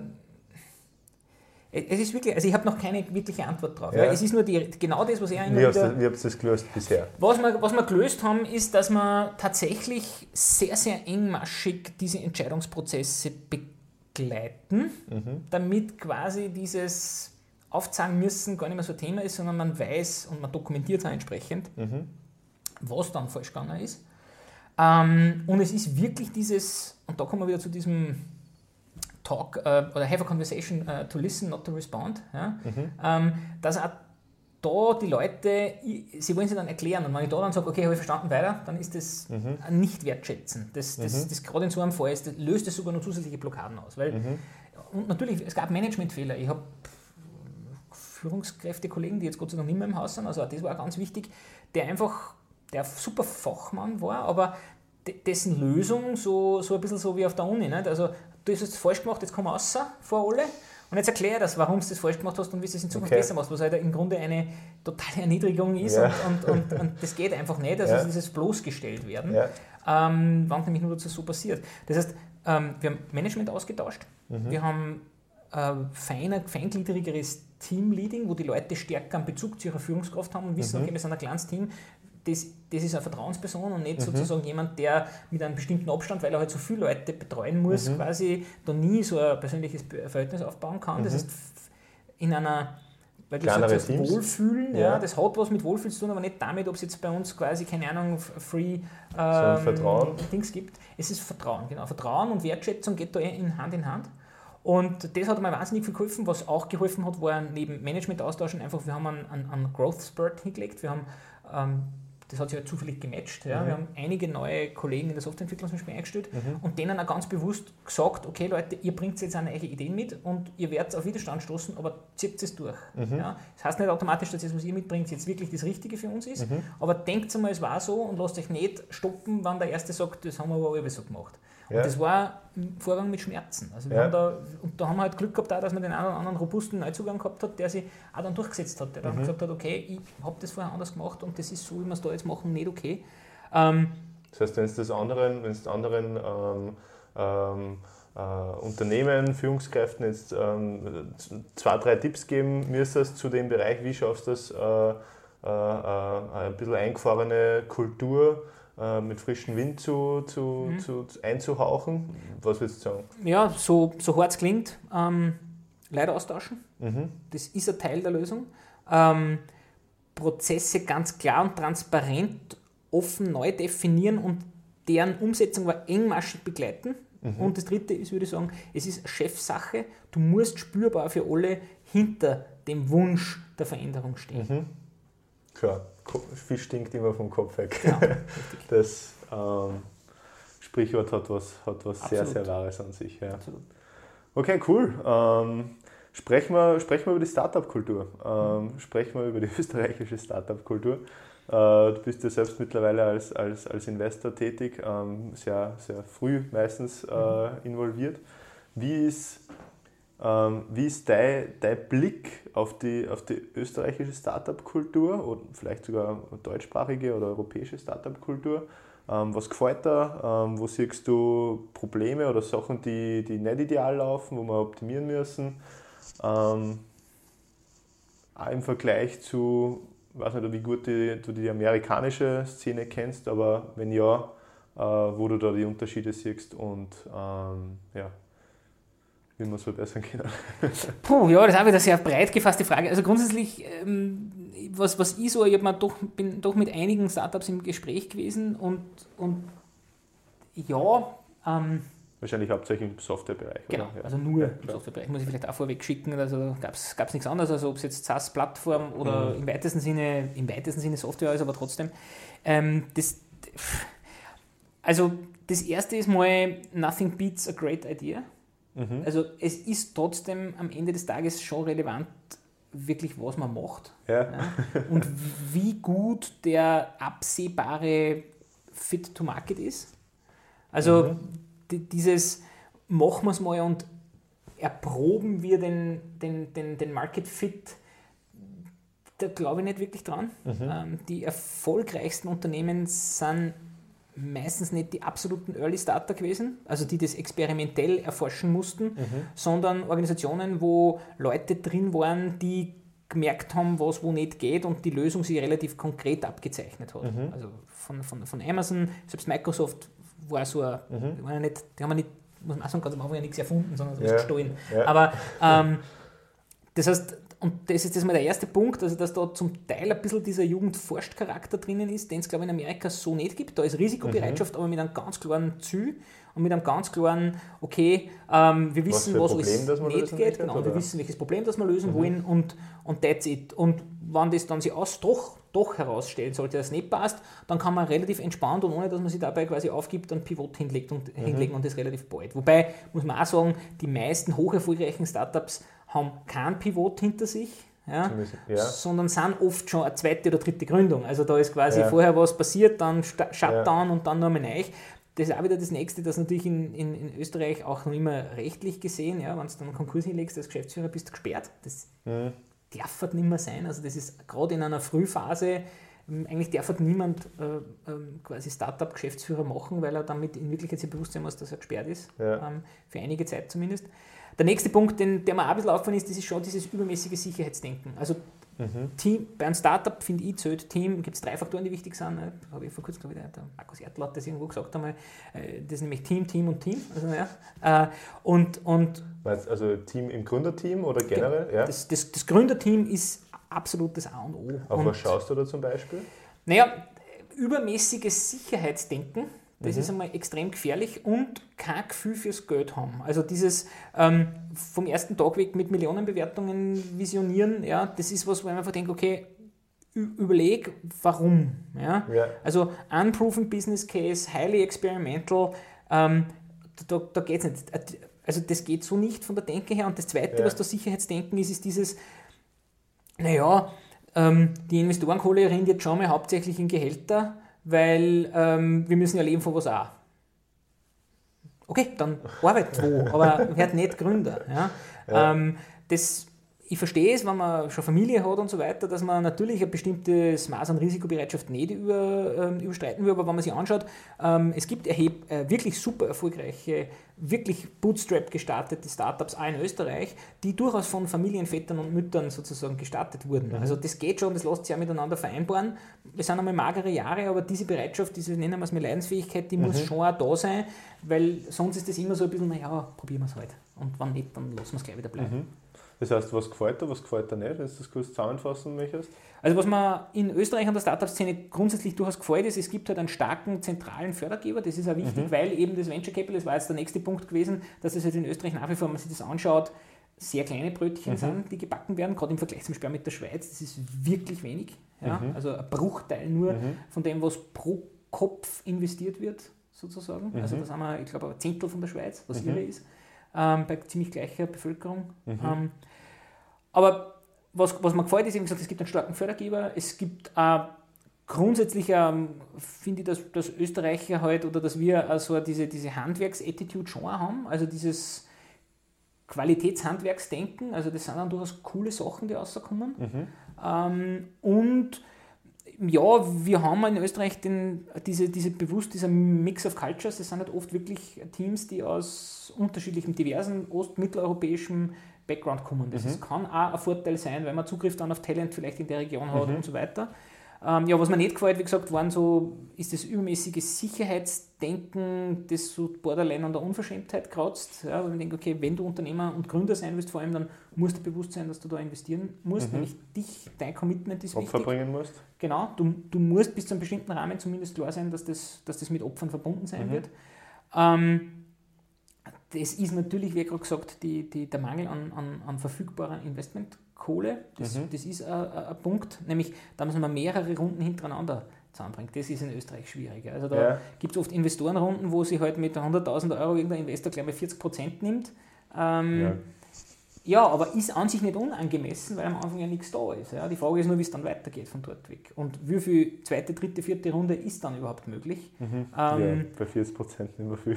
es ist wirklich, also ich habe noch keine wirkliche Antwort drauf. Ja. Ja. Es ist nur die, genau das, was ich immer wieder... Wie habt ihr das gelöst bisher? Was wir, was wir gelöst haben, ist, dass wir tatsächlich sehr, sehr engmaschig diese Entscheidungsprozesse begleiten, mhm. damit quasi dieses Aufzeigen müssen gar nicht mehr so ein Thema ist, sondern man weiß und man dokumentiert es auch entsprechend. Mhm. was dann falsch gegangen ist. Ähm, und es ist wirklich dieses, und da kommen wir wieder zu diesem Talk äh, oder have a conversation uh, to listen, not to respond, ja? mhm. ähm, dass auch da die Leute, sie wollen sich dann erklären und wenn ich da dann sage, okay, habe ich verstanden, weiter, dann ist das mhm. ein Nicht-Wertschätzen. Das, das, mhm. das gerade in so einem Fall ist, das löst es sogar noch zusätzliche Blockaden aus. Weil, mhm. Und natürlich, es gab Managementfehler. Ich habe Führungskräfte, Kollegen, die jetzt Gott sei Dank nicht mehr im Haus sind, also das war auch ganz wichtig, der einfach der super Fachmann war, aber dessen Lösung so, so ein bisschen so wie auf der Uni. Nicht? Also du hast es falsch gemacht, jetzt komm raus vor alle und jetzt erkläre das, warum du das falsch gemacht hast und wie du es in Zukunft okay. besser machst, was halt im Grunde eine totale Erniedrigung ist ja. und, und, und, und das geht einfach nicht, also ja. dieses bloßgestellt werden, ja. ähm, wann nämlich nur dazu so passiert. Das heißt, ähm, wir haben Management ausgetauscht, mhm. wir haben äh, feiner, feingliedrigeres Teamleading, wo die Leute stärker einen Bezug zu ihrer Führungskraft haben und wissen, mhm. okay, wir sind ein kleines Team, Das, das ist eine Vertrauensperson und nicht mhm. sozusagen jemand, der mit einem bestimmten Abstand, weil er halt so viele Leute betreuen muss, mhm. quasi da nie so ein persönliches Verhältnis aufbauen kann. Mhm. Das heißt, in einer, weil du sagst, das Wohlfühlen, ja. ja, das hat was mit Wohlfühlen zu tun, aber nicht damit, ob es jetzt bei uns quasi, keine Ahnung, free ähm, so Vertrauen. Dings gibt. Es ist Vertrauen, genau. Vertrauen und Wertschätzung geht da in Hand in Hand. Und das hat mir wahnsinnig viel geholfen. Was auch geholfen hat, war neben Management-Austauschen einfach, wir haben einen, einen, einen Growth-Spurt hingelegt. Wir haben ähm, das hat sich halt zufällig gematcht. Ja. Mhm. Wir haben einige neue Kollegen in der Softwareentwicklung zum Beispiel eingestellt mhm. und denen auch ganz bewusst gesagt, okay Leute, ihr bringt jetzt eine eigene Ideen mit und ihr werdet auf Widerstand stoßen, aber zieht es durch. Mhm. Ja. Das heißt nicht automatisch, dass das, was ihr mitbringt, jetzt wirklich das Richtige für uns ist, mhm. aber denkt einmal, es war so und lasst euch nicht stoppen, wenn der Erste sagt, das haben wir aber alle so gemacht. Und Ja. das war ein Vorgang mit Schmerzen. Also wir Ja. haben da, und da haben wir halt Glück gehabt, auch, dass man den einen oder anderen robusten Neuzugang gehabt hat, der sich auch dann durchgesetzt hat, der dann Mhm. gesagt hat, okay, ich habe das vorher anders gemacht und das ist so, wie wir es da jetzt machen, nicht okay. Ähm, Das heißt, wenn es das anderen, wenn es anderen ähm, ähm, äh, Unternehmen, Führungskräften jetzt ähm, zwei, drei Tipps geben müsstest zu dem Bereich, wie schaffst du das, äh, äh, äh, ein bisschen eingefahrene Kultur äh, mit frischem Wind zu, zu, Mhm. zu, einzuhauchen, was würdest du sagen? ja, so, so hart es klingt, ähm, Leute austauschen. Mhm. Das ist ein Teil der Lösung. Ähm, Prozesse ganz klar und transparent, offen neu definieren und deren Umsetzung war engmaschig begleiten. Mhm. Und das dritte ist, würde ich sagen, es ist Chefsache. Du musst spürbar für alle hinter dem Wunsch der Veränderung stehen. Mhm. Klar, Ko- Fisch stinkt immer vom Kopf weg. Genau, richtig. Das ähm, Sprichwort hat was, hat was sehr, Absolut. sehr Wahres an sich. Ja. Absolut. Okay, cool. Ähm, sprechen, wir, sprechen wir über die Startup-Kultur. Ähm, sprechen wir über die österreichische Startup-Kultur. Äh, du bist ja selbst mittlerweile als, als, als Investor tätig, ähm, sehr, sehr früh meistens äh, involviert. Wie ist, ähm, wie ist dein, dein Blick auf die, auf die österreichische Startup-Kultur oder vielleicht sogar deutschsprachige oder europäische Startup-Kultur? Ähm, was gefällt dir? Ähm, wo siehst du Probleme oder Sachen, die, die nicht ideal laufen, wo wir optimieren müssen? Ähm, auch im Vergleich zu, ich weiß nicht, wie gut die, du die amerikanische Szene kennst, aber wenn ja, äh, wo du da die Unterschiede siehst und ähm, ja, wie man es verbessern kann. Puh, ja, das ist auch wieder eine sehr breit gefasste Frage. Also grundsätzlich, ähm, was, was ich so, ich hab mal doch, bin doch mit einigen Startups im Gespräch gewesen und, und ja, ähm, Wahrscheinlich hauptsächlich im Softwarebereich, genau, oder? Ja. also nur Ja, im klar. Softwarebereich, muss ich vielleicht auch vorweg schicken, also gab es nichts anderes, also ob es jetzt SaaS-Plattform oder Mhm. im weitesten Sinne, im weitesten Sinne Software ist, aber trotzdem. Ähm, das, also das erste ist mal, nothing beats a great idea. Mhm. Also es ist trotzdem am Ende des Tages schon relevant, wirklich was man macht. Ja. Ja? Und wie gut der absehbare Fit to Market ist. Also Mhm. die, dieses machen wir es mal und erproben wir den, den, den, den Market Fit, da glaube ich nicht wirklich dran. Mhm. Ähm, die erfolgreichsten Unternehmen sind meistens nicht die absoluten Early Starter gewesen, also die das experimentell erforschen mussten, Mhm. sondern Organisationen, wo Leute drin waren, die gemerkt haben, was wo nicht geht und die Lösung sich relativ konkret abgezeichnet hat. Mhm. Also von, von, von Amazon, selbst Microsoft war so ein, Mhm. die, waren ja nicht, die haben ja nicht, muss man auch sagen, ganz am Anfang ja nichts erfunden, sondern so Ja. was gestohlen. Ja. Aber ähm, das heißt, und das ist das mal der erste Punkt, also dass da zum Teil ein bisschen dieser Jugendforscht-Charakter drinnen ist, den es, glaube ich, in Amerika so nicht gibt. Da ist Risikobereitschaft, aber mit einem ganz klaren Ziel und mit einem ganz klaren, okay, ähm, wir wissen, Was was, für ein alles Problem, das man nicht lösen geht, möchte, genau, wir oder? wissen, welches Problem das wir lösen Mhm. wollen und, und that's it. Und wenn das dann sich aus, doch, doch herausstellt, sollte das nicht passt, dann kann man relativ entspannt und ohne, dass man sich dabei quasi aufgibt, einen Pivot hinlegt und, Mhm. hinlegen und das relativ bald. Wobei, muss man auch sagen, die meisten hoch erfolgreichen Startups haben keinen Pivot hinter sich, ja, Zumindest, ja. sondern sind oft schon eine zweite oder dritte Gründung. Also da ist quasi Ja. vorher was passiert, dann Sta- Shutdown Ja. und dann nochmal neu. Das ist auch wieder das Nächste, das natürlich in, in, in Österreich auch noch immer rechtlich gesehen, ja, wenn du dann einen Konkurs hinlegst als Geschäftsführer, bist du gesperrt. Das Mhm. darf halt nicht mehr sein. Also das ist gerade in einer Frühphase, ähm, eigentlich darf halt niemand äh, ähm, quasi Startup-Geschäftsführer machen, weil er damit in Wirklichkeit sich bewusst sein muss, dass er gesperrt ist, Ja. ähm, für einige Zeit zumindest. Der nächste Punkt, den, der mir auch ein bisschen aufgefallen ist, das ist schon dieses übermäßige Sicherheitsdenken. Also Mhm. Team, bei einem Startup, finde ich, zählt Team, gibt es drei Faktoren, die wichtig sind. Ne? Das habe ich vor kurzem, glaube ich, der, der Markus Ertl hat das irgendwo gesagt einmal. Äh, das ist nämlich Team, Team und Team. Also, ja. äh, und, und Meinst, also Team im Gründerteam oder generell? Ja. das, das, das Gründerteam ist absolut das A und O. Auf und, was schaust du da zum Beispiel? Naja, übermäßiges Sicherheitsdenken, das Mhm. ist einmal extrem gefährlich und kein Gefühl fürs Geld haben. Also dieses ähm, vom ersten Tag weg mit Millionenbewertungen visionieren, ja, das ist was, wo ich einfach denke, okay, ü- überleg, warum. Ja? Ja. Also unproven Business Case, highly experimental, ähm, da, da geht es nicht. Also das geht so nicht von der Denke her. Und das Zweite, Ja. was da Sicherheitsdenken ist, ist dieses, naja, ähm, die Investorenkohle rennt jetzt schon mal hauptsächlich in Gehälter, weil ähm, wir müssen ja leben von was auch. Okay, dann arbeitet wo, aber werd nicht Gründer. Ja? Ja. Ähm, das, ich verstehe es, wenn man schon Familie hat und so weiter, dass man natürlich ein bestimmtes Maß an Risikobereitschaft nicht über, ähm, überstreiten will, aber wenn man sich anschaut, ähm, es gibt erheb, äh, wirklich super erfolgreiche, wirklich bootstrap gestartete Startups auch in Österreich, die durchaus von Familienvätern und Müttern sozusagen gestartet wurden. Mhm. Also das geht schon, das lässt sich auch miteinander vereinbaren. Wir sind einmal magere Jahre, aber diese Bereitschaft, diese, nennen wir es mal Leidensfähigkeit, die mhm. muss schon auch da sein, weil sonst ist das immer so ein bisschen, naja, probieren wir es halt. Und wenn nicht, dann lassen wir es gleich wieder bleiben. Mhm. Das heißt, was gefällt dir, was gefällt dir nicht, wenn du das kurz zusammenfassen möchtest? Also was mir in Österreich an der Startup-Szene grundsätzlich durchaus gefällt, ist, es gibt halt einen starken zentralen Fördergeber. Das ist auch wichtig, mhm. weil eben das Venture Capital, das war jetzt der nächste Punkt gewesen, dass es halt in Österreich nach wie vor, wenn man sich das anschaut, sehr kleine Brötchen mhm. sind, die gebacken werden, gerade im Vergleich zum Beispiel mit der Schweiz. Das ist wirklich wenig. Ja? Mhm. Also ein Bruchteil nur mhm. von dem, was pro Kopf investiert wird, sozusagen. Mhm. Also das haben wir, ich glaube, ein Zehntel von der Schweiz, was mhm. irre ist, ähm, bei ziemlich gleicher Bevölkerung. Mhm. Ähm, Aber was, was mir gefällt, ist eben gesagt, es gibt einen starken Fördergeber, es gibt äh, grundsätzlich, ähm, finde ich, dass, dass Österreicher halt oder dass wir also diese, diese Handwerksattitude schon haben, also dieses Qualitätshandwerksdenken, also das sind dann durchaus coole Sachen, die rauskommen. Mhm. Ähm, und ja, wir haben in Österreich den, diese, diese bewusst, dieser Mix of Cultures, das sind halt oft wirklich Teams, die aus unterschiedlichen, diversen ost-, mitteleuropäischen Background kommen. Das mhm. kann auch ein Vorteil sein, weil man Zugriff dann auf Talent vielleicht in der Region hat mhm. und so weiter. Ähm, ja, was mir nicht gefällt, wie gesagt, waren so, ist das übermäßige Sicherheitsdenken, das so Borderline an der Unverschämtheit kratzt. Ja, weil ich denke, okay, wenn du Unternehmer und Gründer sein willst, vor allem, dann musst du bewusst sein, dass du da investieren musst, mhm. nämlich dich, dein Commitment ist Opfer wichtig. bringen musst. Genau, du, du musst bis zu einem bestimmten Rahmen zumindest klar sein, dass das, dass das mit Opfern verbunden sein mhm. wird. Ähm, Das ist natürlich, wie gerade gesagt, die, die, der Mangel an, an, an verfügbarer Investmentkohle. Das, mhm. das ist ein Punkt, nämlich da muss man mehrere Runden hintereinander zusammenbringen. Das ist in Österreich schwieriger. Also da ja. gibt es oft Investorenrunden, wo sie halt mit hunderttausend Euro irgendein Investor gleich mal vierzig Prozent nimmt. Ähm, ja. Ja, aber ist an sich nicht unangemessen, weil am Anfang ja nichts da ist. Ja. Die Frage ist nur, wie es dann weitergeht von dort weg. Und wie viel zweite, dritte, vierte Runde ist dann überhaupt möglich? Mhm. Ähm, ja, bei vierzig Prozent nicht mehr viel.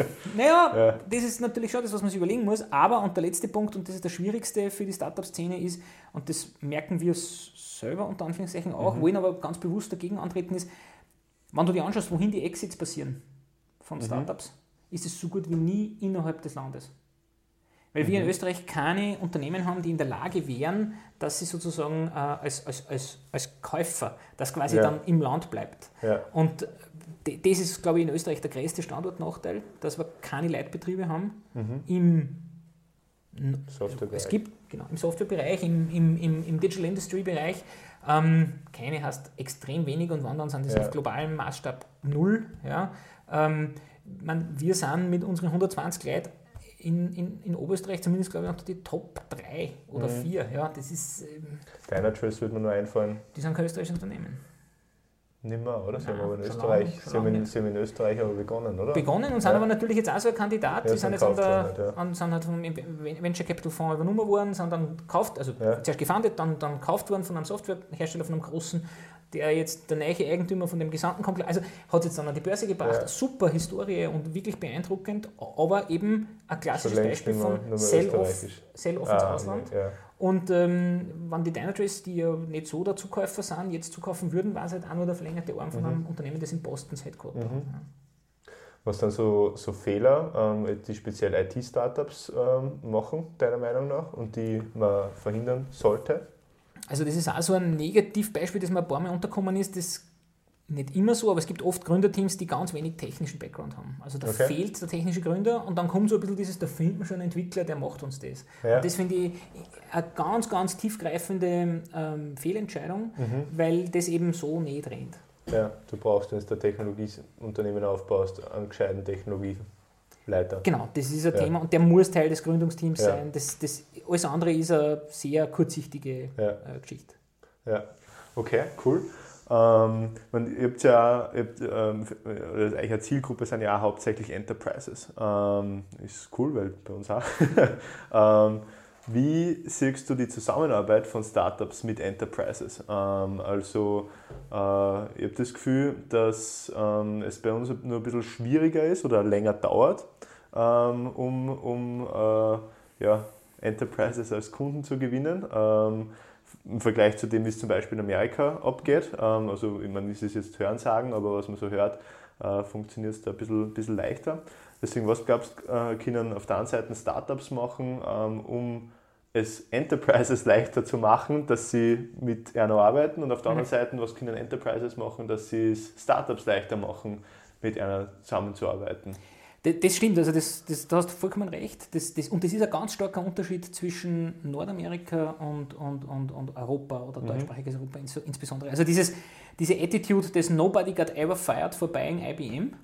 Naja, ja. das ist natürlich schon das, was man sich überlegen muss. Aber, und der letzte Punkt, und das ist der schwierigste für die Startup-Szene ist, und das merken wir selber unter Anführungszeichen auch, mhm. wollen aber ganz bewusst dagegen antreten, ist, wenn du dir anschaust, wohin die Exits passieren von Startups, mhm. ist es so gut wie nie innerhalb des Landes. Weil wir in Österreich keine Unternehmen haben, die in der Lage wären, dass sie sozusagen äh, als, als, als, als Käufer, das quasi ja. dann im Land bleibt. Ja. Und d- das ist, glaube ich, in Österreich der größte Standortnachteil, dass wir keine Leitbetriebe haben mhm. im Softwarebereich. Es gibt, genau, im Softwarebereich, im, im, im, im Digital Industry Bereich, ähm, keine heißt extrem wenig und wandern sind das ja. auf globalem Maßstab null. Ja. Ähm, man, wir sind mit unseren hundertzwanzig Leuten In, in, in Oberösterreich zumindest, glaube ich, unter die Top drei oder vier. Mhm. Ja, das ist... Ähm, Dynatrace würde mir nur einfallen. Die sind kein österreichisches Unternehmen. Nicht mehr, oder? Sie haben aber in Österreich, lang, sie haben in, sie haben in Österreich aber begonnen, oder? Begonnen und sind ja. aber natürlich jetzt auch so ein Kandidat. Ja, die sind jetzt an der, halt, ja. an, sind halt vom Venture Capital Fonds übernommen worden, sind dann gekauft, also ja. zuerst gefundet, dann, dann gekauft worden von einem Softwarehersteller, von einem großen, der jetzt der neue Eigentümer von dem gesamten Komplex, also hat es jetzt dann an die Börse gebracht. Ja. Super Historie und wirklich beeindruckend, aber eben ein klassisches Beispiel von Sell-off Sell ins ah, Ausland. Ja. Und ähm, wenn die Dynatrace, die ja nicht so der Zukäufer sind, jetzt zukaufen würden, war es halt auch nur der verlängerte Arm von mhm. einem Unternehmen, das in Boston Headquarter hat. Mhm. Ja. Was dann so, so Fehler, ähm, die speziell I T-Startups ähm, machen, deiner Meinung nach, und die man verhindern sollte? Also das ist auch so ein Negativbeispiel, das mir ein paar Mal untergekommen ist, das nicht immer so, aber es gibt oft Gründerteams, die ganz wenig technischen Background haben. Also da okay. fehlt der technische Gründer und dann kommt so ein bisschen dieses, da finden wir schon einen Entwickler, der macht uns das. Ja. Und das finde ich eine ganz, ganz tiefgreifende ähm, Fehlentscheidung, mhm. weil das eben so nicht rennt. Ja, du brauchst, wenn du ein Technologieunternehmen aufbaust, einen gescheiten Technologieleiter. Genau, das ist ein ja. Thema und der muss Teil des Gründungsteams ja. sein. Das, das, alles andere ist eine sehr kurzsichtige ja. äh, Geschichte. Ja, okay, cool. Ähm, ihr habt ja, ihr habt, ähm, eure Zielgruppe sind ja auch hauptsächlich Enterprises. Ähm, ist cool, weil bei uns auch. ähm, Wie siehst du die Zusammenarbeit von Startups mit Enterprises? Ähm, also äh, ich habe das Gefühl, dass ähm, es bei uns nur ein bisschen schwieriger ist oder länger dauert, ähm, um, um äh, ja, Enterprises als Kunden zu gewinnen. Ähm, im Vergleich zu dem, wie es zum Beispiel in Amerika abgeht. Ähm, also ich meine, das ist jetzt Hörensagen, aber was man so hört, äh, funktioniert es da ein bisschen, bisschen leichter. Deswegen, was glaubst du, äh, können auf der einen Seite Startups machen, ähm, um es Enterprises leichter zu machen, dass sie mit R N O arbeiten, und auf der anderen Seite, was können Enterprises machen, dass sie es Startups leichter machen, mit R N O zusammenzuarbeiten? Das, das stimmt, also das, das, da hast du vollkommen recht. Das, das, und das ist ein ganz starker Unterschied zwischen Nordamerika und, und, und, und Europa oder deutschsprachiges mhm. Europa ins, insbesondere. Also dieses, diese Attitude des Nobody got ever fired for buying I B M,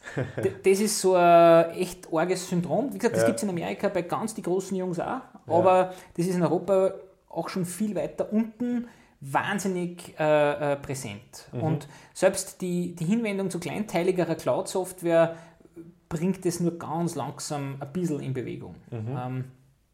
das ist so ein echt arges Syndrom. Wie gesagt, das ja. gibt es in Amerika bei ganz die großen Jungs auch, aber ja. das ist in Europa auch schon viel weiter unten wahnsinnig äh, äh, präsent. Mhm. Und selbst die, die Hinwendung zu kleinteiligerer Cloud-Software bringt es nur ganz langsam ein bisschen in Bewegung. Mhm. Ähm,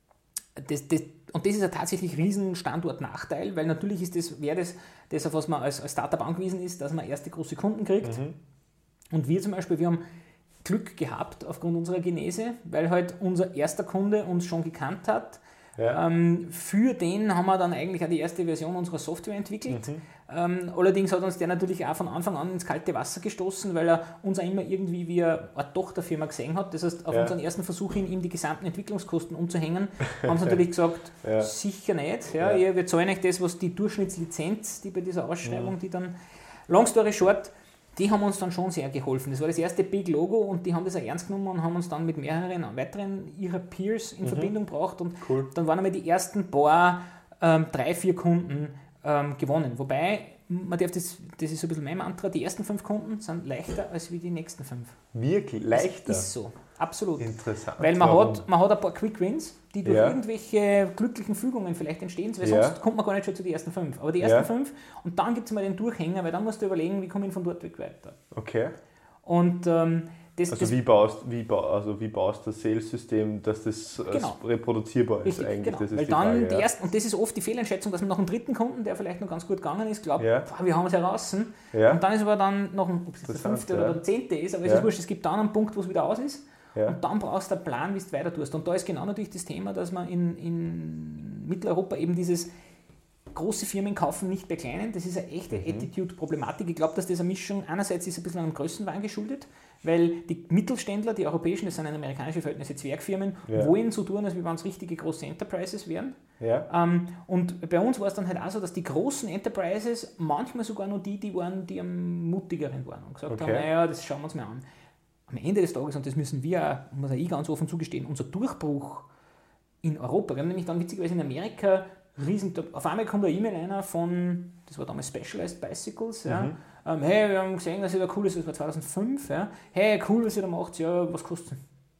das, das, und das ist ein tatsächlich riesen Standortnachteil, weil natürlich ist das, wäre das, das, auf was man als, als Startup angewiesen ist, dass man erste große Kunden kriegt. Mhm. Und wir zum Beispiel, wir haben Glück gehabt aufgrund unserer Genese, weil halt unser erster Kunde uns schon gekannt hat. Ja. Ähm, für den haben wir dann eigentlich auch die erste Version unserer Software entwickelt. Mhm. Ähm, allerdings hat uns der natürlich auch von Anfang an ins kalte Wasser gestoßen, weil er uns auch immer irgendwie wie eine Tochterfirma gesehen hat. Das heißt, auf ja. unseren ersten Versuch hin, ihm die gesamten Entwicklungskosten umzuhängen, haben sie natürlich gesagt, ja. sicher nicht. Ja, ja. Wir zahlen euch das, was die Durchschnittslizenz, die bei dieser Ausschreibung, mhm. die dann, long story short, die haben uns dann schon sehr geholfen. Das war das erste Big Logo und die haben das auch ernst genommen und haben uns dann mit mehreren weiteren ihrer Peers in mhm. Verbindung gebracht und cool. dann waren einmal die ersten paar, ähm, drei, vier Kunden ähm, gewonnen. Wobei, man darf das, das ist so ein bisschen mein Mantra, die ersten fünf Kunden sind leichter als wie die nächsten fünf. Wirklich? Leichter? Das ist so, absolut. Interessant. Weil man hat, man hat ein paar Quick Wins, die durch ja. irgendwelche glücklichen Fügungen vielleicht entstehen, weil ja. sonst kommt man gar nicht schon zu den ersten fünf. Aber die ersten ja. fünf und dann gibt es mal den Durchhänger, weil dann musst du überlegen, wie komme ich von dort weg weiter. Okay. Und ähm, das, also, das wie baust, wie, ba, also wie baust du das Sales-System, dass das genau. reproduzierbar ist? Richtig, eigentlich? Genau. Das ist weil die dann Frage, die ja. ersten, und das ist oft die Fehleinschätzung, dass man nach einem dritten Kunden, der vielleicht noch ganz gut gegangen ist, glaubt, ja. boah, wir haben es heraus. Ja. Und dann ist aber dann noch, ein, ob es der fünfte ja. oder der zehnte ist, aber es ja. ist wurscht, es gibt dann einen Punkt, wo es wieder aus ist. Ja. Und dann brauchst du einen Plan, wie du weiter tust. Und da ist genau natürlich das Thema, dass man in, in Mitteleuropa eben dieses große Firmen kaufen nicht bei kleinen, das ist eine echte mhm. Attitude-Problematik. Ich glaube, dass das eine Mischung, einerseits ist ein bisschen einem Größenwahn geschuldet, weil die Mittelständler, die europäischen, das sind in amerikanische Verhältnisse Zwergfirmen, ja. wollen so tun, als wenn es richtige große Enterprises wären. Ja. Ähm, und bei uns war es dann halt auch so, dass die großen Enterprises manchmal sogar nur die, die waren, die am mutigeren waren und gesagt okay. haben, naja, das schauen wir uns mal an. Am Ende des Tages, und das müssen wir auch, muss auch ich ganz offen zugestehen, unser Durchbruch in Europa, wir haben nämlich dann witzigerweise in Amerika riesen, auf einmal kommt eine E-Mail einer von, das war damals Specialized Bicycles, ja, mhm. ähm, hey, wir haben gesehen, dass ihr da cool ist, das war zweitausendfünf, ja, hey, cool, was ihr da macht, ja, was kostet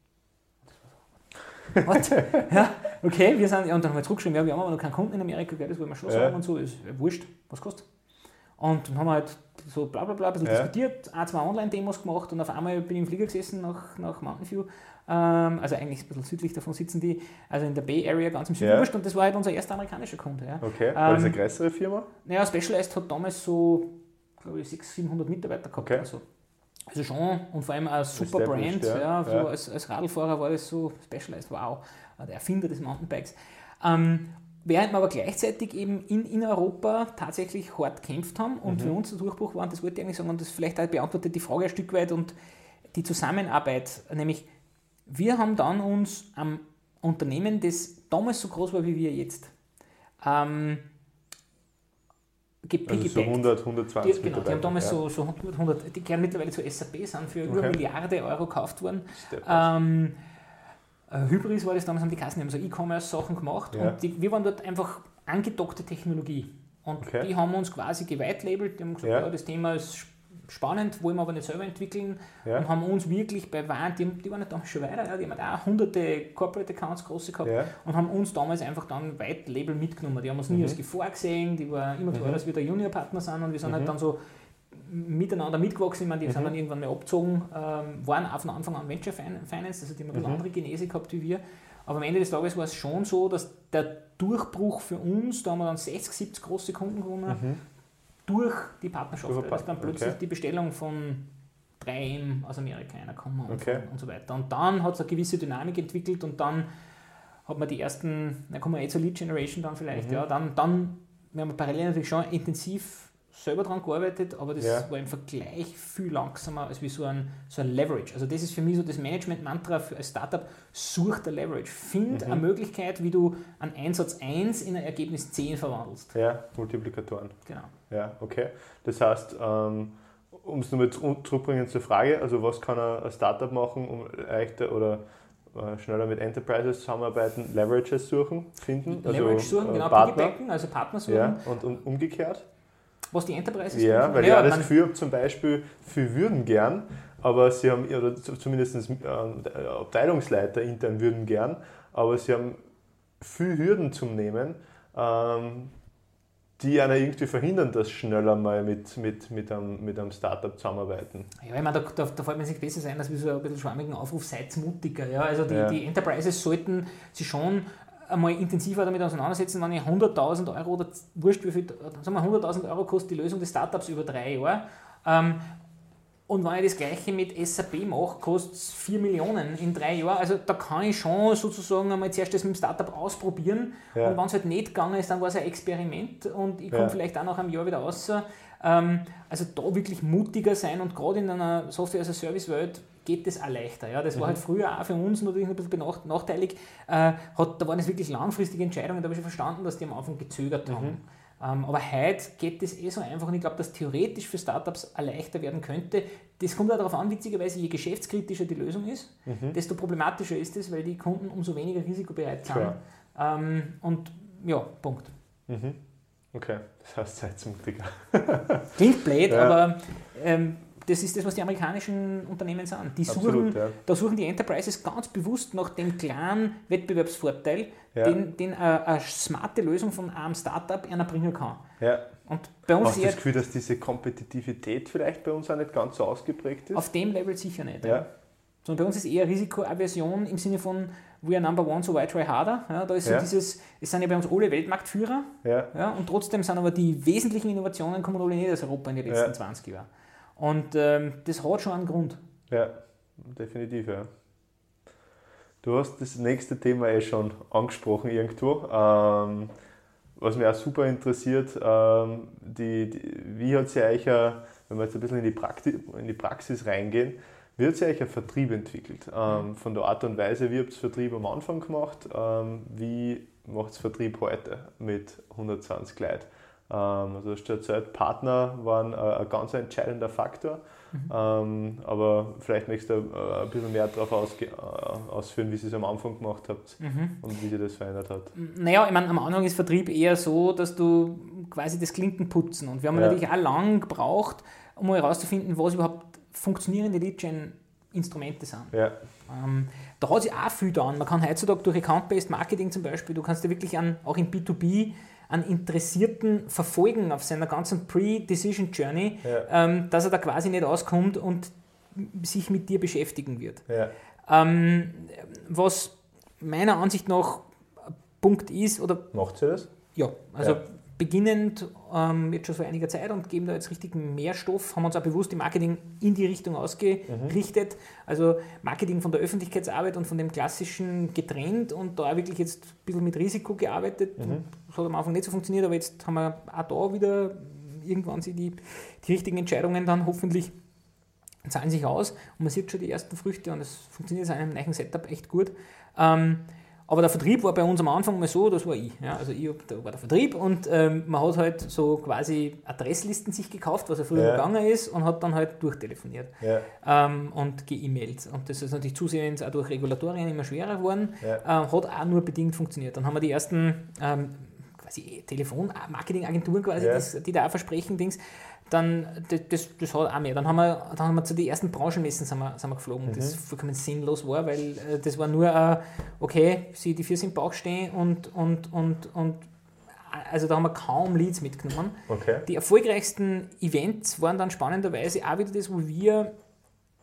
es? Was? Ja, okay, wir sind, ja, und dann haben wir zurückgeschrieben, ja, wir haben aber noch keinen Kunden in Amerika, gell, das wollen wir schon sagen ja. und so, ist ja, wurscht, was kostet? Und dann haben wir halt so bla bla bla ein bisschen ja. diskutiert, ein, zwei Online-Demos gemacht und auf einmal bin ich im Flieger gesessen nach, nach Mountain View, ähm, also eigentlich ein bisschen südlich davon sitzen die, also in der Bay Area ganz im Süden ja. und das war halt unser erster amerikanischer Kunde. Ja. Okay, war das eine größere Firma? Naja, Specialized hat damals so, glaube ich, sechshundert, siebenhundert Mitarbeiter gehabt. Okay. Also. also schon und vor allem als super Brand, ja. Ja, so ja. Als, als Radlfahrer war das so Specialized, wow, der Erfinder des Mountainbikes. Ähm, Während wir aber gleichzeitig eben in, in Europa tatsächlich hart gekämpft haben und mhm. für uns der Durchbruch war, und das wollte ich eigentlich sagen, und das vielleicht auch beantwortet die Frage ein Stück weit und die Zusammenarbeit, nämlich wir haben dann uns am Unternehmen, das damals so groß war wie wir jetzt, ähm, Also so hundert, hundertzwanzig die, genau, die haben damals ja. so, so hundert, hundert, die gehören mittlerweile zu S A P, sind für okay. über eine Milliarde Euro gekauft worden. Ähm, Hybris war das damals, haben die Kassen, die haben so E-Commerce-Sachen gemacht ja. und die, wir waren dort einfach angedockte Technologie. Und okay. die haben uns quasi geweitlabelt, die haben gesagt, ja. ja, das Thema ist spannend, wollen wir aber nicht selber entwickeln ja. und haben uns wirklich bei Wahn, die, die waren nicht damals schon weiter, ja, die haben auch hunderte Corporate Accounts große gehabt ja. und haben uns damals einfach dann White Label mitgenommen. Die haben uns nie mhm. als Gefahr gesehen, die war immer klar, mhm. dass wir der Junior-Partner sind und wir sind mhm. halt dann so miteinander mitgewachsen. Ich meine, die mhm. sind dann irgendwann mal abgezogen, ähm, waren von Anfang an Venture Finance, also die haben eine mhm. andere Genese gehabt wie wir. aber am Ende des Tages war es schon so, dass der Durchbruch für uns, da haben wir dann sechzig, siebzig große Kunden gewonnen, mhm. durch die Partnerschaft. Da ist dann plötzlich okay. die Bestellung von drei M aus Amerika reingekommen und, okay. und so weiter. Und dann hat es eine gewisse Dynamik entwickelt und dann hat man die ersten, da kommen wir eh zur Lead Generation dann vielleicht, mhm. ja, dann, dann wir haben parallel natürlich schon intensiv selber daran gearbeitet, aber das ja. war im Vergleich viel langsamer als wie so ein, so ein Leverage. Also das ist für mich so das Management-Mantra für als Startup, such der Leverage. Find mhm. eine Möglichkeit, wie du einen Einsatz eins in ein Ergebnis zehn verwandelst. Ja, Multiplikatoren. Genau. Ja, okay. Das heißt, ähm, um es nochmal zurückbringen zur Frage, also was kann ein Startup machen, um leichter oder äh, schneller mit Enterprises zusammenarbeiten, Leverages suchen, finden? Leverage also, suchen, äh, genau, Partner. Piggybacken, also Partner suchen. Ja, und, und umgekehrt? Was die Enterprises Ja, suchen? weil ja, ich auch das Gefühl habe, zum Beispiel, viele würden gern, aber sie haben, oder zumindest äh, Abteilungsleiter intern würden gern, aber sie haben viele Hürden zum Nehmen, ähm, die einer irgendwie verhindern, dass schneller mal mit, mit, mit, einem, mit einem Startup zusammenarbeiten. Ja, ich meine, da, da, da fällt mir nicht besser sein, als wie so ein bisschen schwammigen Aufruf, seid mutiger. Ja? Also die, ja. die Enterprises sollten sich schon einmal intensiver damit auseinandersetzen, wenn ich hunderttausend Euro oder wurscht, wie viel, sagen wir hunderttausend Euro kostet die Lösung des Startups über drei Jahre. Ähm, und wenn ich das Gleiche mit S A P mache, kostet es vier Millionen in drei Jahren. Also da kann ich schon sozusagen einmal zuerst das mit dem Startup ausprobieren. Ja. Und wenn es halt nicht gegangen ist, dann war es ein Experiment und ich komme ja. vielleicht auch nach einem Jahr wieder raus. Ähm, also da wirklich mutiger sein und gerade in einer Software-as-a-Service-Welt geht das auch leichter. Ja? Das war mhm. halt früher auch für uns natürlich ein bisschen nachteilig. Äh, hat, da waren es wirklich langfristige Entscheidungen, da habe ich schon verstanden, dass die am Anfang gezögert haben. Mhm. Ähm, aber heute geht das eh so einfach und ich glaube, dass theoretisch für Startups auch leichter werden könnte. Das kommt auch darauf an, witzigerweise, je geschäftskritischer die Lösung ist, mhm. desto problematischer ist es, weil die Kunden umso weniger risikobereit sind. Ähm, und ja, Punkt. Mhm. Okay, das heißt zeitmutiger. Klingt blöd, ja. aber ähm, das ist das, was die amerikanischen Unternehmen sind. Die Absolut, suchen, ja. Da suchen die Enterprises ganz bewusst nach dem klaren Wettbewerbsvorteil, ja. den, den eine, eine smarte Lösung von einem Startup einer bringen kann. Ja. Und bei uns Hast du das Gefühl, dass diese Kompetitivität vielleicht bei uns auch nicht ganz so ausgeprägt ist? Auf dem Level sicher nicht. Ja. Sondern bei uns ist eher Risikoaversion im Sinne von we are number one, so why try harder. Ja, da ist so ja. dieses, es sind ja bei uns alle Weltmarktführer ja. Ja, und trotzdem sind aber die wesentlichen Innovationen kommen alle nicht aus Europa in den letzten ja. zwanzig Jahren. Und ähm, das hat schon einen Grund. Ja, definitiv, ja. Du hast das nächste Thema eh schon angesprochen irgendwo. Ähm, was mich auch super interessiert, ähm, die, die, wie hat sich euch, wenn wir jetzt ein bisschen in die, Praxis, in die Praxis reingehen, wie hat sich euch ein Vertrieb entwickelt? Ähm, von der Art und Weise, wie habt ihr Vertrieb am Anfang gemacht? Ähm, wie macht ihr Vertrieb heute mit hundertzwanzig Leuten? Ähm, also hast du erzählt, Partner waren äh, ein ganz entscheidender Faktor. Mhm. Ähm, aber vielleicht möchtest du äh, ein bisschen mehr darauf ausge- äh, ausführen, wie ihr es am Anfang gemacht habt mhm. und wie sich das verändert hat. Naja, ich meine, am Anfang ist Vertrieb eher so, dass du quasi das Klinkenputzen und wir haben ja. natürlich auch lang gebraucht, um mal herauszufinden, was überhaupt funktionierende Lead-Gen-Instrumente sind. Ja. Ähm, da hat sich auch viel getan. Man kann heutzutage durch Account-Based Marketing zum Beispiel, du kannst ja wirklich an, auch im B zwei B einen Interessierten verfolgen auf seiner ganzen Pre-Decision Journey, ja. ähm, dass er da quasi nicht auskommt und sich mit dir beschäftigen wird. Ja. Ähm, was meiner Ansicht nach ein Punkt ist, oder... Macht sie das? Ja, also ja. beginnend ähm, jetzt schon vor einiger Zeit und geben da jetzt richtig Mehrstoff, haben uns auch bewusst im Marketing in die Richtung ausgerichtet. Mhm. Also Marketing von der Öffentlichkeitsarbeit und von dem Klassischen getrennt und da auch wirklich jetzt ein bisschen mit Risiko gearbeitet. Mhm. Das hat am Anfang nicht so funktioniert, aber jetzt haben wir auch da wieder irgendwann die, die richtigen Entscheidungen dann hoffentlich zahlen sich aus und man sieht schon die ersten Früchte und es funktioniert in einem neuen Setup echt gut. Ähm, Aber der Vertrieb war bei uns am Anfang mal so, das war ich. Ja, also ich da war der Vertrieb und ähm, man hat halt so quasi Adresslisten sich gekauft, was ja früher ja. gegangen ist und hat dann halt durchtelefoniert ja. ähm, und ge-E-Mailt. Und das ist natürlich zusehends auch durch Regulatorien immer schwerer geworden, ja. ähm, hat auch nur bedingt funktioniert. Dann haben wir die ersten ähm, quasi Telefon-Marketing-Agenturen quasi, ja. das, die da auch versprechen, Dings. Dann, das, das, das hat auch mehr. Dann haben wir, dann haben wir zu den ersten Branchenmessen sind wir, sind wir geflogen, mhm. das vollkommen sinnlos war, weil äh, das war nur, äh, okay, sie die Füße im Bauch stehen und, und, und, und also da haben wir kaum Leads mitgenommen. Okay. Die erfolgreichsten Events waren dann spannenderweise auch wieder das, wo wir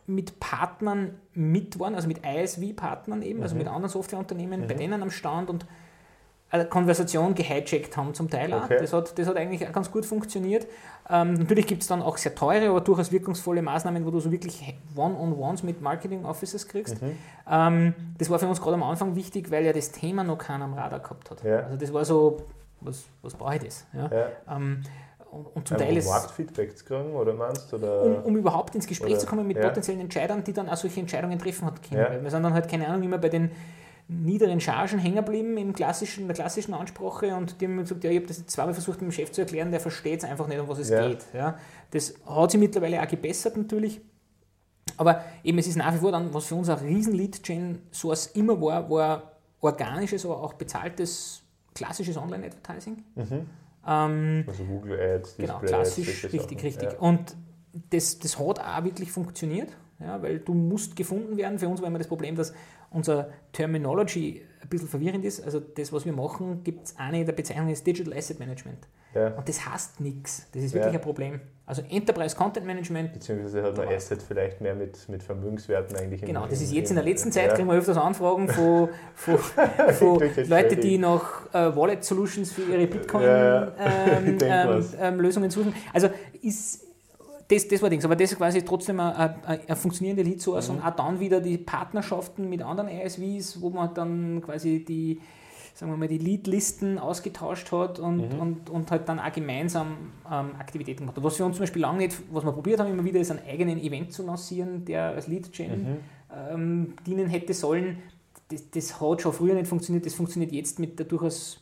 mit Partnern mit waren, also mit I S V-Partnern eben, mhm. also mit anderen Softwareunternehmen, mhm. bei denen am Stand und eine Konversation gehijackt haben zum Teil auch. Okay. Das hat, das hat eigentlich auch ganz gut funktioniert. Ähm, natürlich gibt es dann auch sehr teure, aber durchaus wirkungsvolle Maßnahmen, wo du so wirklich One-on-Ones mit Marketing-Officers kriegst. Mhm. Ähm, das war für uns gerade am Anfang wichtig, weil ja das Thema noch keiner am Radar gehabt hat. Ja. Also das war so, was, was brauche ich das? Ja. Ja. Ähm, und, und zum um Teil ist, Marktfeedback zu kriegen, oder meinst du? Oder? Um, um überhaupt ins Gespräch oder, zu kommen mit ja. potenziellen Entscheidern, die dann auch solche Entscheidungen treffen hat können. Ja. Weil wir sind dann halt, keine Ahnung, immer bei den niederen Chargen hängen geblieben im klassischen, in der klassischen Ansprache und die haben gesagt, ja, ich habe das jetzt zweimal versucht dem Chef zu erklären, der versteht es einfach nicht, um was es ja. geht. Ja. Das hat sich mittlerweile auch gebessert natürlich, aber eben es ist nach wie vor dann, was für uns ein riesen Lead-Gen-Source immer war, war organisches, aber auch bezahltes, klassisches Online-Advertising. Mhm. Ähm, also Google Ads, Display genau, klassisch, Ads, richtig, Sachen. richtig. Ja. Und das, das hat auch wirklich funktioniert, ja, weil du musst gefunden werden. Für uns war immer das Problem, dass unser Terminology ein bisschen verwirrend ist. Also das, was wir machen, gibt es eine der Bezeichnungen, ist Digital Asset Management. Ja. Und das heißt nichts. Das ist wirklich ja. ein Problem. Also Enterprise Content Management. Beziehungsweise hat man Asset vielleicht mehr mit, mit Vermögenswerten eigentlich. Genau, im, das ist im, jetzt im, in der letzten Zeit, ja. kriegen wir öfters Anfragen von, von, von Leuten, die nach äh, Wallet Solutions für ihre Bitcoin-Lösungen ja, ja. ähm, ähm, suchen. Also ist Das, das war Dings, aber das ist quasi trotzdem eine, eine, eine funktionierende Lead-Source mhm. und auch dann wieder die Partnerschaften mit anderen I S Vs, wo man dann quasi die, sagen wir mal, die Lead-Listen ausgetauscht hat und, mhm. und, und halt dann auch gemeinsam ähm, Aktivitäten gemacht hat. Was für uns zum Beispiel lange nicht, was wir probiert haben, immer wieder ist, einen eigenen Event zu lancieren, der als Lead-Gen mhm. ähm, dienen hätte sollen. Das, das hat schon früher nicht funktioniert, das funktioniert jetzt mit der durchaus,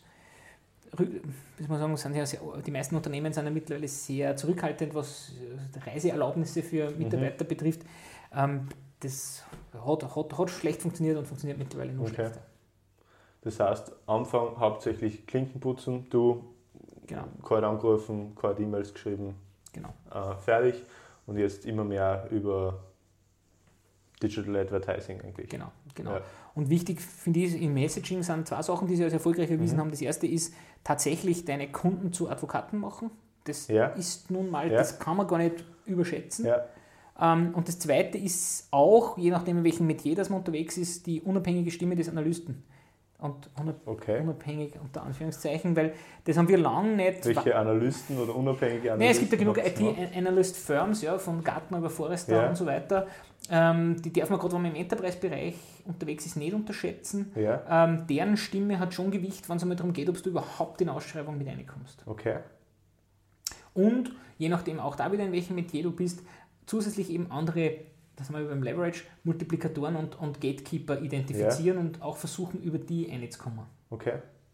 muss man sagen, sind ja sehr, die meisten Unternehmen sind ja mittlerweile sehr zurückhaltend, was Reiseerlaubnisse für Mitarbeiter mhm. betrifft. Ähm, das hat, hat, hat schlecht funktioniert und funktioniert mittlerweile nur okay. schlechter. Das heißt, Anfang hauptsächlich Klinken putzen, du genau. Card angerufen, Card E-Mails geschrieben, genau. äh, fertig und jetzt immer mehr über Digital Advertising eigentlich. Genau, genau. Ja. Und wichtig finde ich, im Messaging sind zwei Sachen, die sie als erfolgreich erwiesen mhm. haben. Das erste ist tatsächlich deine Kunden zu Advokaten machen. Das ja. ist nun mal, ja. das kann man gar nicht überschätzen. Ja. Ähm, und das zweite ist auch, je nachdem in welchem Metier das man unterwegs ist, die unabhängige Stimme des Analysten. Und okay. unabhängig unter Anführungszeichen, weil das haben wir lange nicht... Welche Analysten oder unabhängige Analysten? Nein, es gibt ja genug I T-Analyst-Firms, ja, von Gartner über Forrester ja. und so weiter. Ähm, die darf man gerade, wenn man im Enterprise-Bereich unterwegs ist, nicht unterschätzen. Ja. Ähm, deren Stimme hat schon Gewicht, wenn es einmal darum geht, ob du überhaupt in Ausschreibung mit reinkommst. Okay. Und je nachdem auch da wieder, in welchem Metier du bist, zusätzlich eben andere... Das haben wir beim Leverage, Multiplikatoren und, und Gatekeeper identifizieren ja. und auch versuchen, über die reinzukommen. Okay.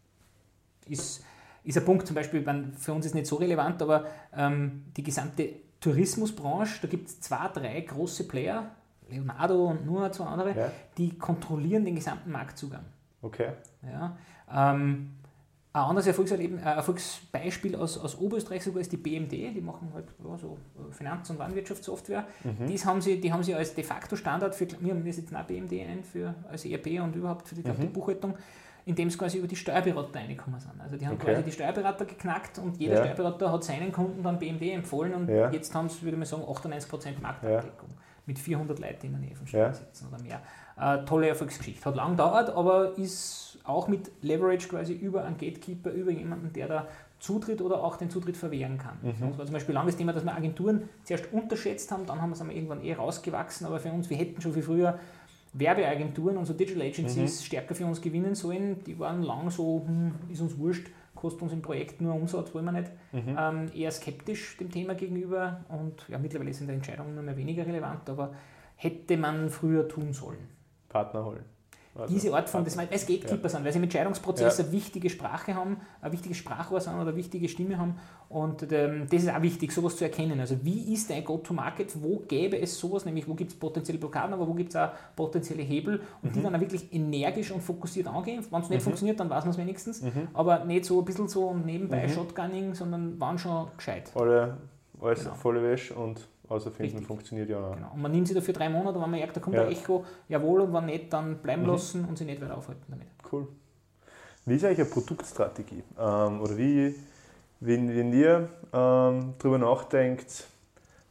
Ist, ist ein Punkt, zum Beispiel, für uns ist nicht so relevant, aber ähm, die gesamte Tourismusbranche, da gibt es zwei, drei große Player, Leonardo und nur zwei andere, ja. die kontrollieren den gesamten Marktzugang. Okay. Ja, ähm, ein anderes Erfolgserleben, äh, Erfolgsbeispiel aus, aus Oberösterreich sogar ist die B M D, die machen halt ja, so Finanz- und Warenwirtschaftssoftware. Mhm. Dies haben sie, die haben sie als de facto Standard für, wir haben jetzt auch B M D ein für, als E R P und überhaupt für die, mhm. die Buchhaltung, indem sie quasi über die Steuerberater reingekommen sind. Also die haben okay. quasi die Steuerberater geknackt und jeder ja. Steuerberater hat seinen Kunden dann B M D empfohlen und ja. jetzt haben sie, würde man sagen, achtundneunzig Prozent Marktabdeckung ja. mit vierhundert Leuten in der Nähe von Steuern ja. sitzen oder mehr. Äh, tolle Erfolgsgeschichte. Hat lang gedauert, aber ist auch mit Leverage quasi über einen Gatekeeper, über jemanden, der da zutritt oder auch den Zutritt verwehren kann. Mhm. Für uns war zum Beispiel lange das Thema, dass wir Agenturen zuerst unterschätzt haben, dann haben wir es einmal irgendwann eh rausgewachsen, aber für uns, wir hätten schon viel früher Werbeagenturen und so Digital Agencies mhm. stärker für uns gewinnen sollen. Die waren lang so, hm, ist uns wurscht, kostet uns im Projekt nur Umsatz, wollen wir nicht. Mhm. Ähm, eher skeptisch dem Thema gegenüber und ja, mittlerweile sind die Entscheidungen nur mehr weniger relevant, aber hätte man früher tun sollen. Partner holen. Also diese Art von, das weil es Gatekeeper ja. sind, weil sie im Entscheidungsprozess ja. eine wichtige Sprache haben, eine wichtige Sprachrohr sind oder eine wichtige Stimme haben und ähm, das ist auch wichtig, sowas zu erkennen. Also wie ist ein Go-to-Market, wo gäbe es sowas, nämlich wo gibt es potenzielle Blockaden, aber wo gibt es auch potenzielle Hebel und mhm. die dann auch wirklich energisch und fokussiert angehen. Wenn es nicht mhm. funktioniert, dann weiß man es wenigstens, mhm. aber nicht so ein bisschen so nebenbei mhm. Shotgunning, sondern waren schon gescheit. Alle, alles genau. volle Wäsche und außerfinden Richtig. Funktioniert ja auch. Genau. Und man nimmt sie dafür drei Monate, wenn man merkt, da kommt ja. ein Echo, jawohl, und wenn nicht, dann bleiben mhm. lassen und sie nicht weiter aufhalten damit. Cool. Wie ist eigentlich eine Produktstrategie? Ähm, oder wie, wenn, wenn ihr ähm, darüber nachdenkt,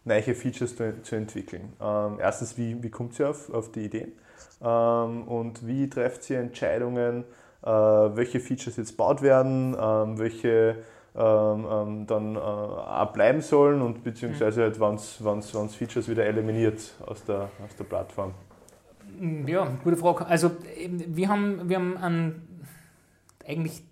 neue Features zu, zu entwickeln. Ähm, erstens, wie, wie kommt ihr auf, auf die Ideen? Ähm, und wie trefft ihr Entscheidungen, äh, welche Features jetzt gebaut werden, ähm, welche ähm, ähm, dann äh, auch bleiben sollen und beziehungsweise halt, wann es Features wieder eliminiert aus der, aus der Plattform? Ja, gute Frage. Also wir haben, wir haben einen eigentlich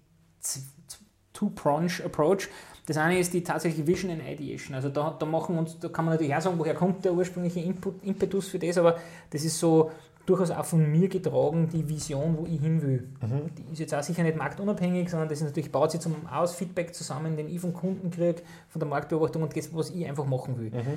Two-Pronged-Approach. Das eine ist die tatsächliche Vision and Ideation. Also da, da machen uns, da kann man natürlich auch sagen, woher kommt der ursprüngliche Input, Impetus für das, aber das ist so durchaus auch von mir getragen, die Vision, wo ich hin will. Mhm. Die ist jetzt auch sicher nicht marktunabhängig, sondern das ist natürlich, baut sich zum Aus Feedback zusammen, den ich vom Kunden kriege, von der Marktbeobachtung und das, was ich einfach machen will. Mhm.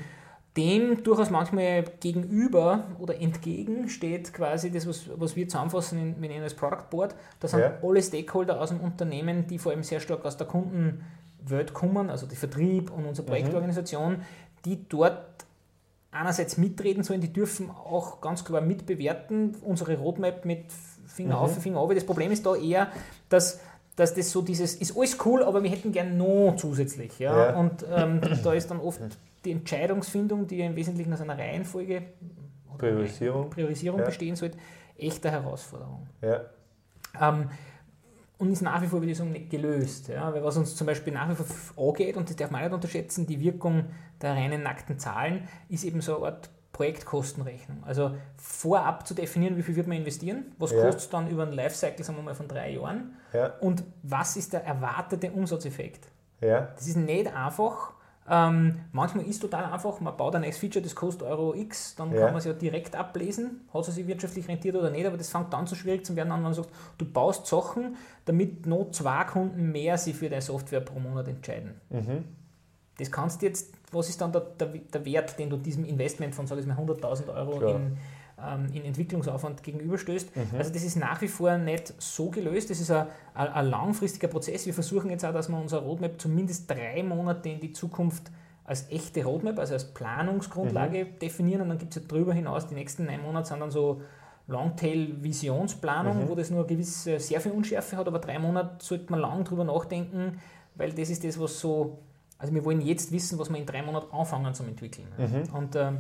Dem durchaus manchmal gegenüber oder entgegen steht quasi das, was, was wir zusammenfassen in, mit einem als Product Board. Da sind ja. alle Stakeholder aus dem Unternehmen, die vor allem sehr stark aus der Kundenwelt kommen, also die Vertrieb und unsere Projektorganisation, mhm. die dort einerseits mitreden sollen, die dürfen auch ganz klar mitbewerten, unsere Roadmap mit Finger mhm. auf, Finger runter. Das Problem ist da eher, dass, dass das so dieses, ist alles cool, aber wir hätten gern noch zusätzlich. Ja? Ja. Und ähm, da ist dann oft die Entscheidungsfindung, die ja im Wesentlichen aus einer Reihenfolge oder Priorisierung, Priorisierung ja. bestehen sollte, echt eine Herausforderung. Ja. Ähm, und ist nach wie vor, würde ich sagen, nicht gelöst. Ja? Weil was uns zum Beispiel nach wie vor angeht, und das darf man nicht unterschätzen, die Wirkung der reinen nackten Zahlen, ist eben so eine Art Projektkostenrechnung. Also vorab zu definieren, wie viel wird man investieren, was ja. kostet es dann über einen Lifecycle, sagen wir mal, von drei Jahren ja. und was ist der erwartete Umsatzeffekt. Ja. Das ist nicht einfach. Ähm, manchmal ist es total einfach, man baut ein neues Feature, das kostet Euro X, dann ja. kann man es ja direkt ablesen, hat es sich wirtschaftlich rentiert oder nicht, aber das fängt dann so schwierig zu werden an, wenn man sagt, du baust Sachen, damit noch zwei Kunden mehr sich für deine Software pro Monat entscheiden. Mhm. Das kannst du jetzt, was ist dann der, der, der Wert, den du diesem Investment von, sag ich mal, hunderttausend Euro in, ähm, in Entwicklungsaufwand gegenüberstößt. Mhm. Also das ist nach wie vor nicht so gelöst, das ist ein, ein, ein langfristiger Prozess. Wir versuchen jetzt auch, dass wir unser Roadmap zumindest drei Monate in die Zukunft als echte Roadmap, also als Planungsgrundlage mhm. definieren und dann gibt es ja darüber hinaus, die nächsten neun Monate sind dann so Longtail-Visionsplanung, mhm. wo das nur gewiss sehr viel Unschärfe hat, aber drei Monate sollte man lang drüber nachdenken, weil das ist das, was so. Also wir wollen jetzt wissen, was wir in drei Monaten anfangen zu entwickeln. Mhm. Und ähm,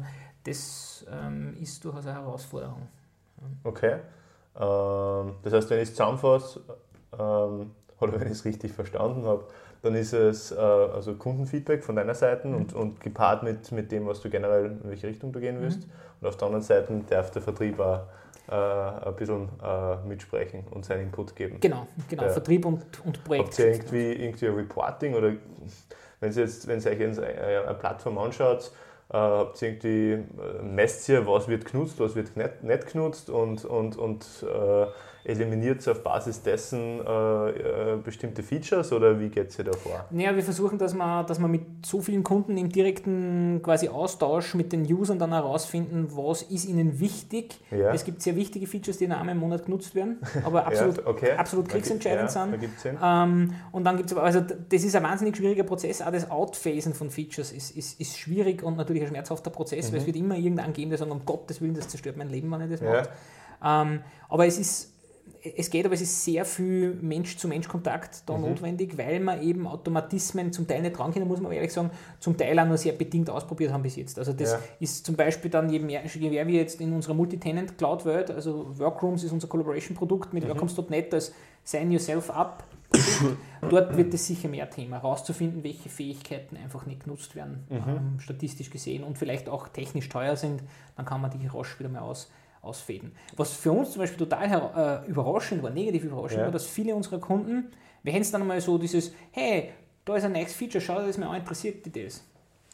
das ähm, ist durchaus eine Herausforderung. Okay. Ähm, das heißt, wenn ich es zusammenfasse, ähm, oder wenn ich es richtig verstanden habe, dann ist es äh, also Kundenfeedback von deiner Seite mhm. und, und gepaart mit, mit dem, was du generell, in welche Richtung du gehen willst. Mhm. Und auf der anderen Seite darf der Vertrieb auch äh, ein bisschen äh, mitsprechen und seinen Input geben. Genau, genau. Ja. Vertrieb und, und Projekt. Habt ihr irgendwie, irgendwie ein Reporting oder wenn ihr jetzt, wenn ihr euch eine Plattform anschaut, äh, habt ihr irgendwie, äh, messt ihr, was wird genutzt, was wird nicht, nicht genutzt und, und, und äh, eliminiert auf Basis dessen äh, bestimmte Features oder wie geht es ihr da vor? Naja, wir versuchen, dass wir, dass wir mit so vielen Kunden im direkten quasi Austausch mit den Usern dann herausfinden, was ist ihnen wichtig. Ja. Es gibt sehr wichtige Features, die in einem Monat genutzt werden, aber absolut, ja, okay. absolut kriegsentscheidend ja, sind. Da ähm, und dann gibt es, also das ist ein wahnsinnig schwieriger Prozess, auch das Outphasen von Features ist, ist, ist schwierig und natürlich ein schmerzhafter Prozess, mhm. weil es wird immer irgendeinen geben, der sagt, um Gottes Willen, das zerstört mein Leben, wenn ich das ja. mache. Ähm, aber es ist Es geht, aber es ist sehr viel Mensch-zu-Mensch-Kontakt da mhm. notwendig, weil man eben Automatismen zum Teil nicht dran können, muss man ehrlich sagen, zum Teil auch nur sehr bedingt ausprobiert haben bis jetzt. Also das ja. ist zum Beispiel dann, je mehr, je mehr wir jetzt in unserer Multi-Tenant-Cloud-Welt, also Workrooms ist unser Collaboration-Produkt mit mhm. Workrooms Punkt net als Sign Yourself Up, dort wird es sicher mehr Thema, herauszufinden, welche Fähigkeiten einfach nicht genutzt werden, mhm. ähm, statistisch gesehen und vielleicht auch technisch teuer sind, dann kann man die rasch wieder mal aus ausfäden. Was für uns zum Beispiel total äh, überraschend war, negativ überraschend ja. war, dass viele unserer Kunden, wir hätten es dann mal so dieses, hey, da ist ein neues Feature, schau dir das mal an, interessiert dich das?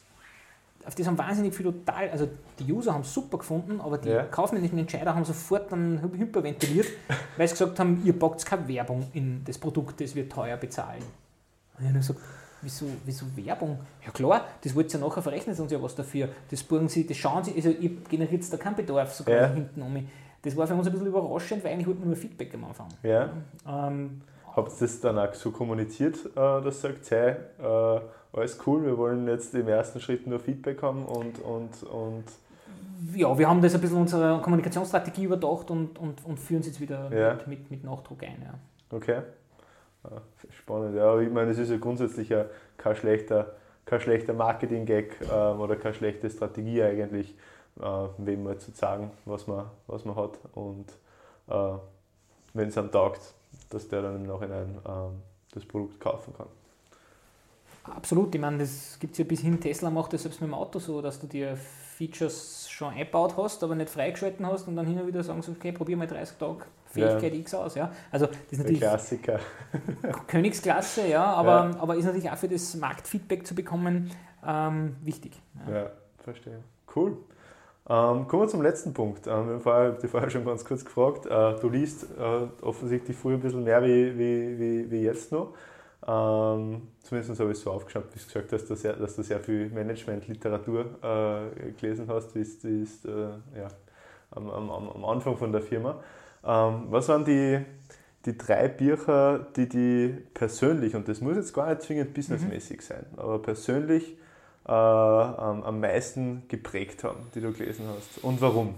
Auf das haben wahnsinnig viel total, also die User haben es super gefunden, aber die ja. kaufmännischen Entscheider haben sofort dann hyperventiliert, weil sie gesagt haben, ihr packt keine Werbung in das Produkt, das wir teuer bezahlen. Und ich habe gesagt, Wieso, wieso Werbung? Ja klar, das wollt ihr ja nachher verrechnen, uns ja was dafür. Das buchen Sie, das schauen Sie, also ihr generiert da keinen Bedarf, sogar ja. hinten um. Das war für uns ein bisschen überraschend, weil eigentlich wollten wir nur Feedback am Anfang. Ja. Ähm, Habt ihr das dann auch so kommuniziert, dass ihr sagt, hey, äh, alles cool, wir wollen jetzt im ersten Schritt nur Feedback haben und, und, und ja, wir haben das ein bisschen unsere Kommunikationsstrategie überdacht und, und, und führen es jetzt wieder ja. mit, mit, mit Nachdruck ein. Ja. Okay. Spannend, ja. Aber ich meine, es ist ja grundsätzlich ja kein schlechter, kein schlechter Marketing-Gag ähm, oder keine schlechte Strategie eigentlich, äh, wem mal zu sagen, was man, was man hat und äh, wenn es einem taugt, dass der dann im Nachhinein ähm, das Produkt kaufen kann. Absolut, ich meine, das gibt es ja bis hin, Tesla macht das selbst mit dem Auto so, dass du dir Features schon eingebaut hast, aber nicht freigeschalten hast und dann hin und wieder sagen so, okay, probier mal dreißig Tage Fähigkeit ja. X aus. Ja. Also das ist natürlich der Klassiker. Königsklasse, ja, aber, ja. aber ist natürlich auch für das Marktfeedback zu bekommen ähm, wichtig. Ja, ja verstehe. Cool. Ähm, kommen wir zum letzten Punkt. Ähm, wir haben vorher, die vorher schon ganz kurz gefragt. Äh, du liest äh, offensichtlich früher ein bisschen mehr wie, wie, wie, wie jetzt noch. Ähm, zumindest habe ich es so aufgeschaut, wie du gesagt hast, dass, dass du sehr viel Management-Literatur äh, gelesen hast, wie es äh, ja, am, am, am Anfang von der Firma. Ähm, was waren die, die drei Bücher, die die persönlich, und das muss jetzt gar nicht zwingend businessmäßig mhm. sein, aber persönlich äh, am, am meisten geprägt haben, die du gelesen hast? Und warum?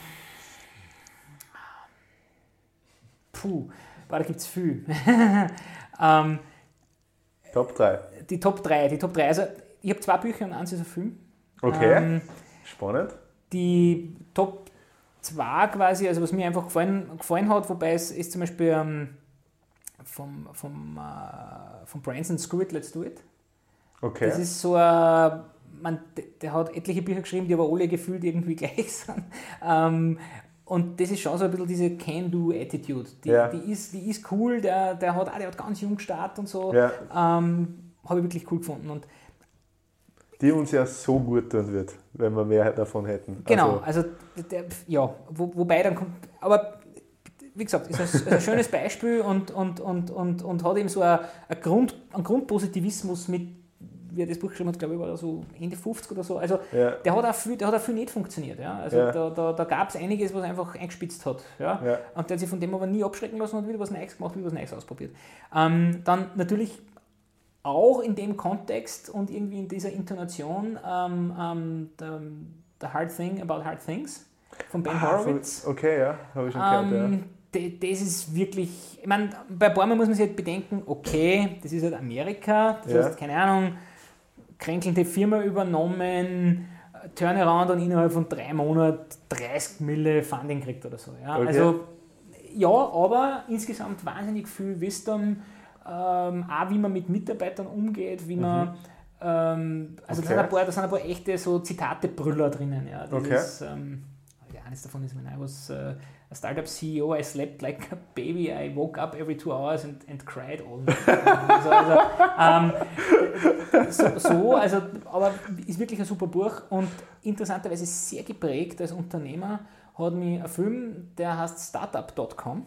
Puh, da gibt es viel. ähm, Top drei. Die Top drei, die Top drei. Also ich habe zwei Bücher und eins ist ein Film. Okay, ähm, spannend. Die Top zwei quasi, also was mir einfach gefallen, gefallen hat, wobei es ist zum Beispiel ähm, vom, vom, äh, vom Branson Screw It, Let's Do It. Okay. Das ist so ein, man, der, der hat etliche Bücher geschrieben, die aber alle gefühlt irgendwie gleich sind. Ähm, Und das ist schon so ein bisschen diese Can-Do-Attitude. Die, ja. die, ist, die ist cool, der, der, hat, der hat ganz jung gestartet und so. Ja. Ähm, habe ich wirklich cool gefunden. Und die uns ja so gut tun wird, wenn wir mehr davon hätten. Genau, also, also der, ja, wo, wobei dann kommt, aber wie gesagt, ist ein, ein schönes Beispiel und, und, und, und, und hat eben so ein, ein, Grund, ein Grundpositivismus mit, wie er das Buch geschrieben hat, glaube ich, war so Ende fünfzig oder so. Also ja. der hat auch viel, der hat auch viel nicht funktioniert. Ja? Also ja. da, da, da gab es einiges, was einfach eingespitzt hat. Ja? Ja. Und der hat sich von dem aber nie abschrecken lassen und wieder was Neues gemacht, wieder was Neues ausprobiert. Ähm, dann natürlich auch in dem Kontext und irgendwie in dieser Intonation ähm, ähm, the, the Hard Thing About Hard Things von Ben ah, Horowitz. Okay, ja, habe ich schon gehört, ähm, ja. Das ist wirklich, ich meine, bei Bäumen muss man sich halt bedenken, okay, das ist halt Amerika, das ja. heißt, keine Ahnung, kränkelnde Firma übernommen, Turnaround und innerhalb von drei Monaten dreißig Mille Funding kriegt oder so. Ja. Okay. Also, ja, aber insgesamt wahnsinnig viel Wisdom, ähm, auch wie man mit Mitarbeitern umgeht, wie man, mhm. ähm, also okay. da, sind ein paar, da sind ein paar echte so Zitate-Brüller drinnen. Ja. Dieses, okay. ähm, ja, eines davon ist, when I was uh, a startup C E O, I slept like a baby, I woke up every two hours and, and cried all night. also, also, ähm, so, so, also, aber ist wirklich ein super Buch und interessanterweise sehr geprägt als Unternehmer hat mich ein Film, der heißt Startup Punkt com.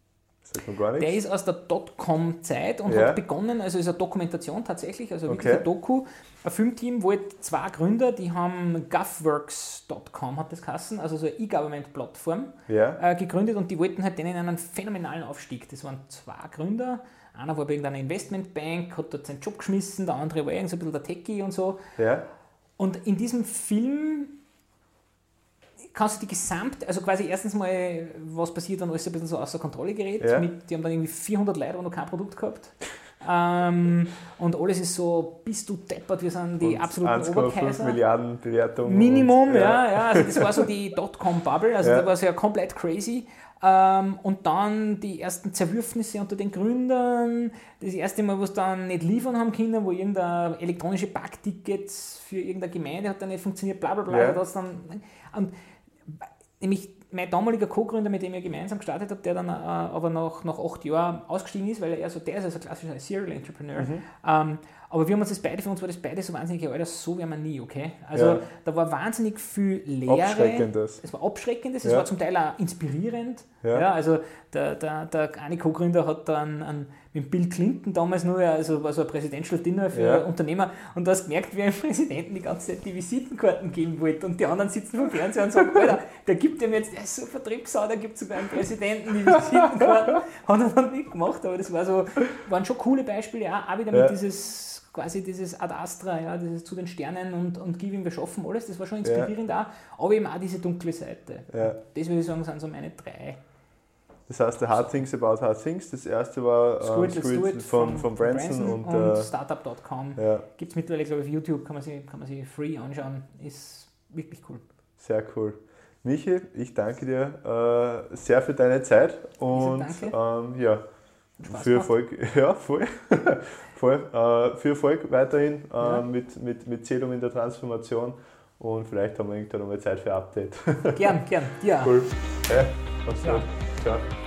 Der ist aus der Dotcom-Zeit und ja. hat begonnen, also ist eine Dokumentation tatsächlich, also wirklich okay. ein Doku, ein Filmteam, wo jetzt zwei Gründer, die haben Govworks Punkt com, hat das geheißen, also so eine E-Government-Plattform, ja. äh, gegründet und die wollten halt denen einen phänomenalen Aufstieg. Das waren zwei Gründer, einer war bei irgendeiner Investmentbank, hat dort seinen Job geschmissen, der andere war irgendwie so ein bisschen der Techie und so. Ja. Und in diesem Film kannst du die gesamt, also quasi erstens mal, was passiert, wenn alles ein bisschen so außer Kontrolle gerät. Ja. Mit, die haben dann irgendwie vierhundert Leute, aber noch kein Produkt gehabt. Ähm, und alles ist so, bist du deppert, wir sind die und absoluten Oberkaiser. eins Komma fünf Milliarden Bewertungen. Minimum, und, ja. ja, ja. Also das war so die Dotcom-Bubble, also ja. das war so ja komplett crazy. Ähm, und dann die ersten Zerwürfnisse unter den Gründern, das erste Mal, wo sie dann nicht liefern haben können, wo irgendein elektronische Packtickets für irgendeine Gemeinde hat dann nicht funktioniert, bla bla bla. Ja. Das dann, und nämlich mein damaliger Co-Gründer, mit dem ich gemeinsam gestartet habe, der dann äh, aber nach, nach acht Jahren ausgestiegen ist, weil er so, der ist also ein klassischer Serial Entrepreneur. Mhm. Ähm, aber wir haben uns das beide, für uns war das beide so wahnsinnig, Alter, so wären wir nie, okay? Also ja. da war wahnsinnig viel Lehre. Abschreckendes. Es war abschreckendes, es ja. war zum Teil auch inspirierend. Ja. Ja, also der, der, der eine Co-Gründer hat dann einen, mit Bill Clinton damals nur, also war so ein Presidential Dinner für ja. Unternehmer und du hast gemerkt, wie er dem Präsidenten die ganze Zeit die Visitenkarten geben wollte und die anderen sitzen vom Fernseher und sagen, Alter, der gibt ihm jetzt, der ist so Vertriebssau, der gibt sogar dem Präsidenten die Visitenkarten. Hat er dann nicht gemacht, aber das war so, waren schon coole Beispiele, auch, auch wieder mit ja. dieses quasi dieses Ad Astra, ja, dieses zu den Sternen und, und gib ihm, wir schaffen alles, das war schon inspirierend ja. auch, aber eben auch diese dunkle Seite. Ja. Das würde ich sagen, sind so meine drei. Das heißt, der Hard Things About Hard Things. Das erste war Screw It, Let's Do It von, von Branson, Branson und, und äh, Startup Punkt com. Ja. Gibt es mittlerweile, glaube ich, auf YouTube, kann man sich, kann man sich free anschauen. Ist wirklich cool. Sehr cool. Michi, ich danke dir äh, sehr für deine Zeit und ähm, ja, für Erfolg, ja, voll, voll, äh, für Erfolg weiterhin äh, ja. mit, mit, mit Zählung in der Transformation und vielleicht haben wir irgendwann noch mal Zeit für ein Update. Gern, gern, ja. Cool. Hey, mach's ja. gut. Ciao.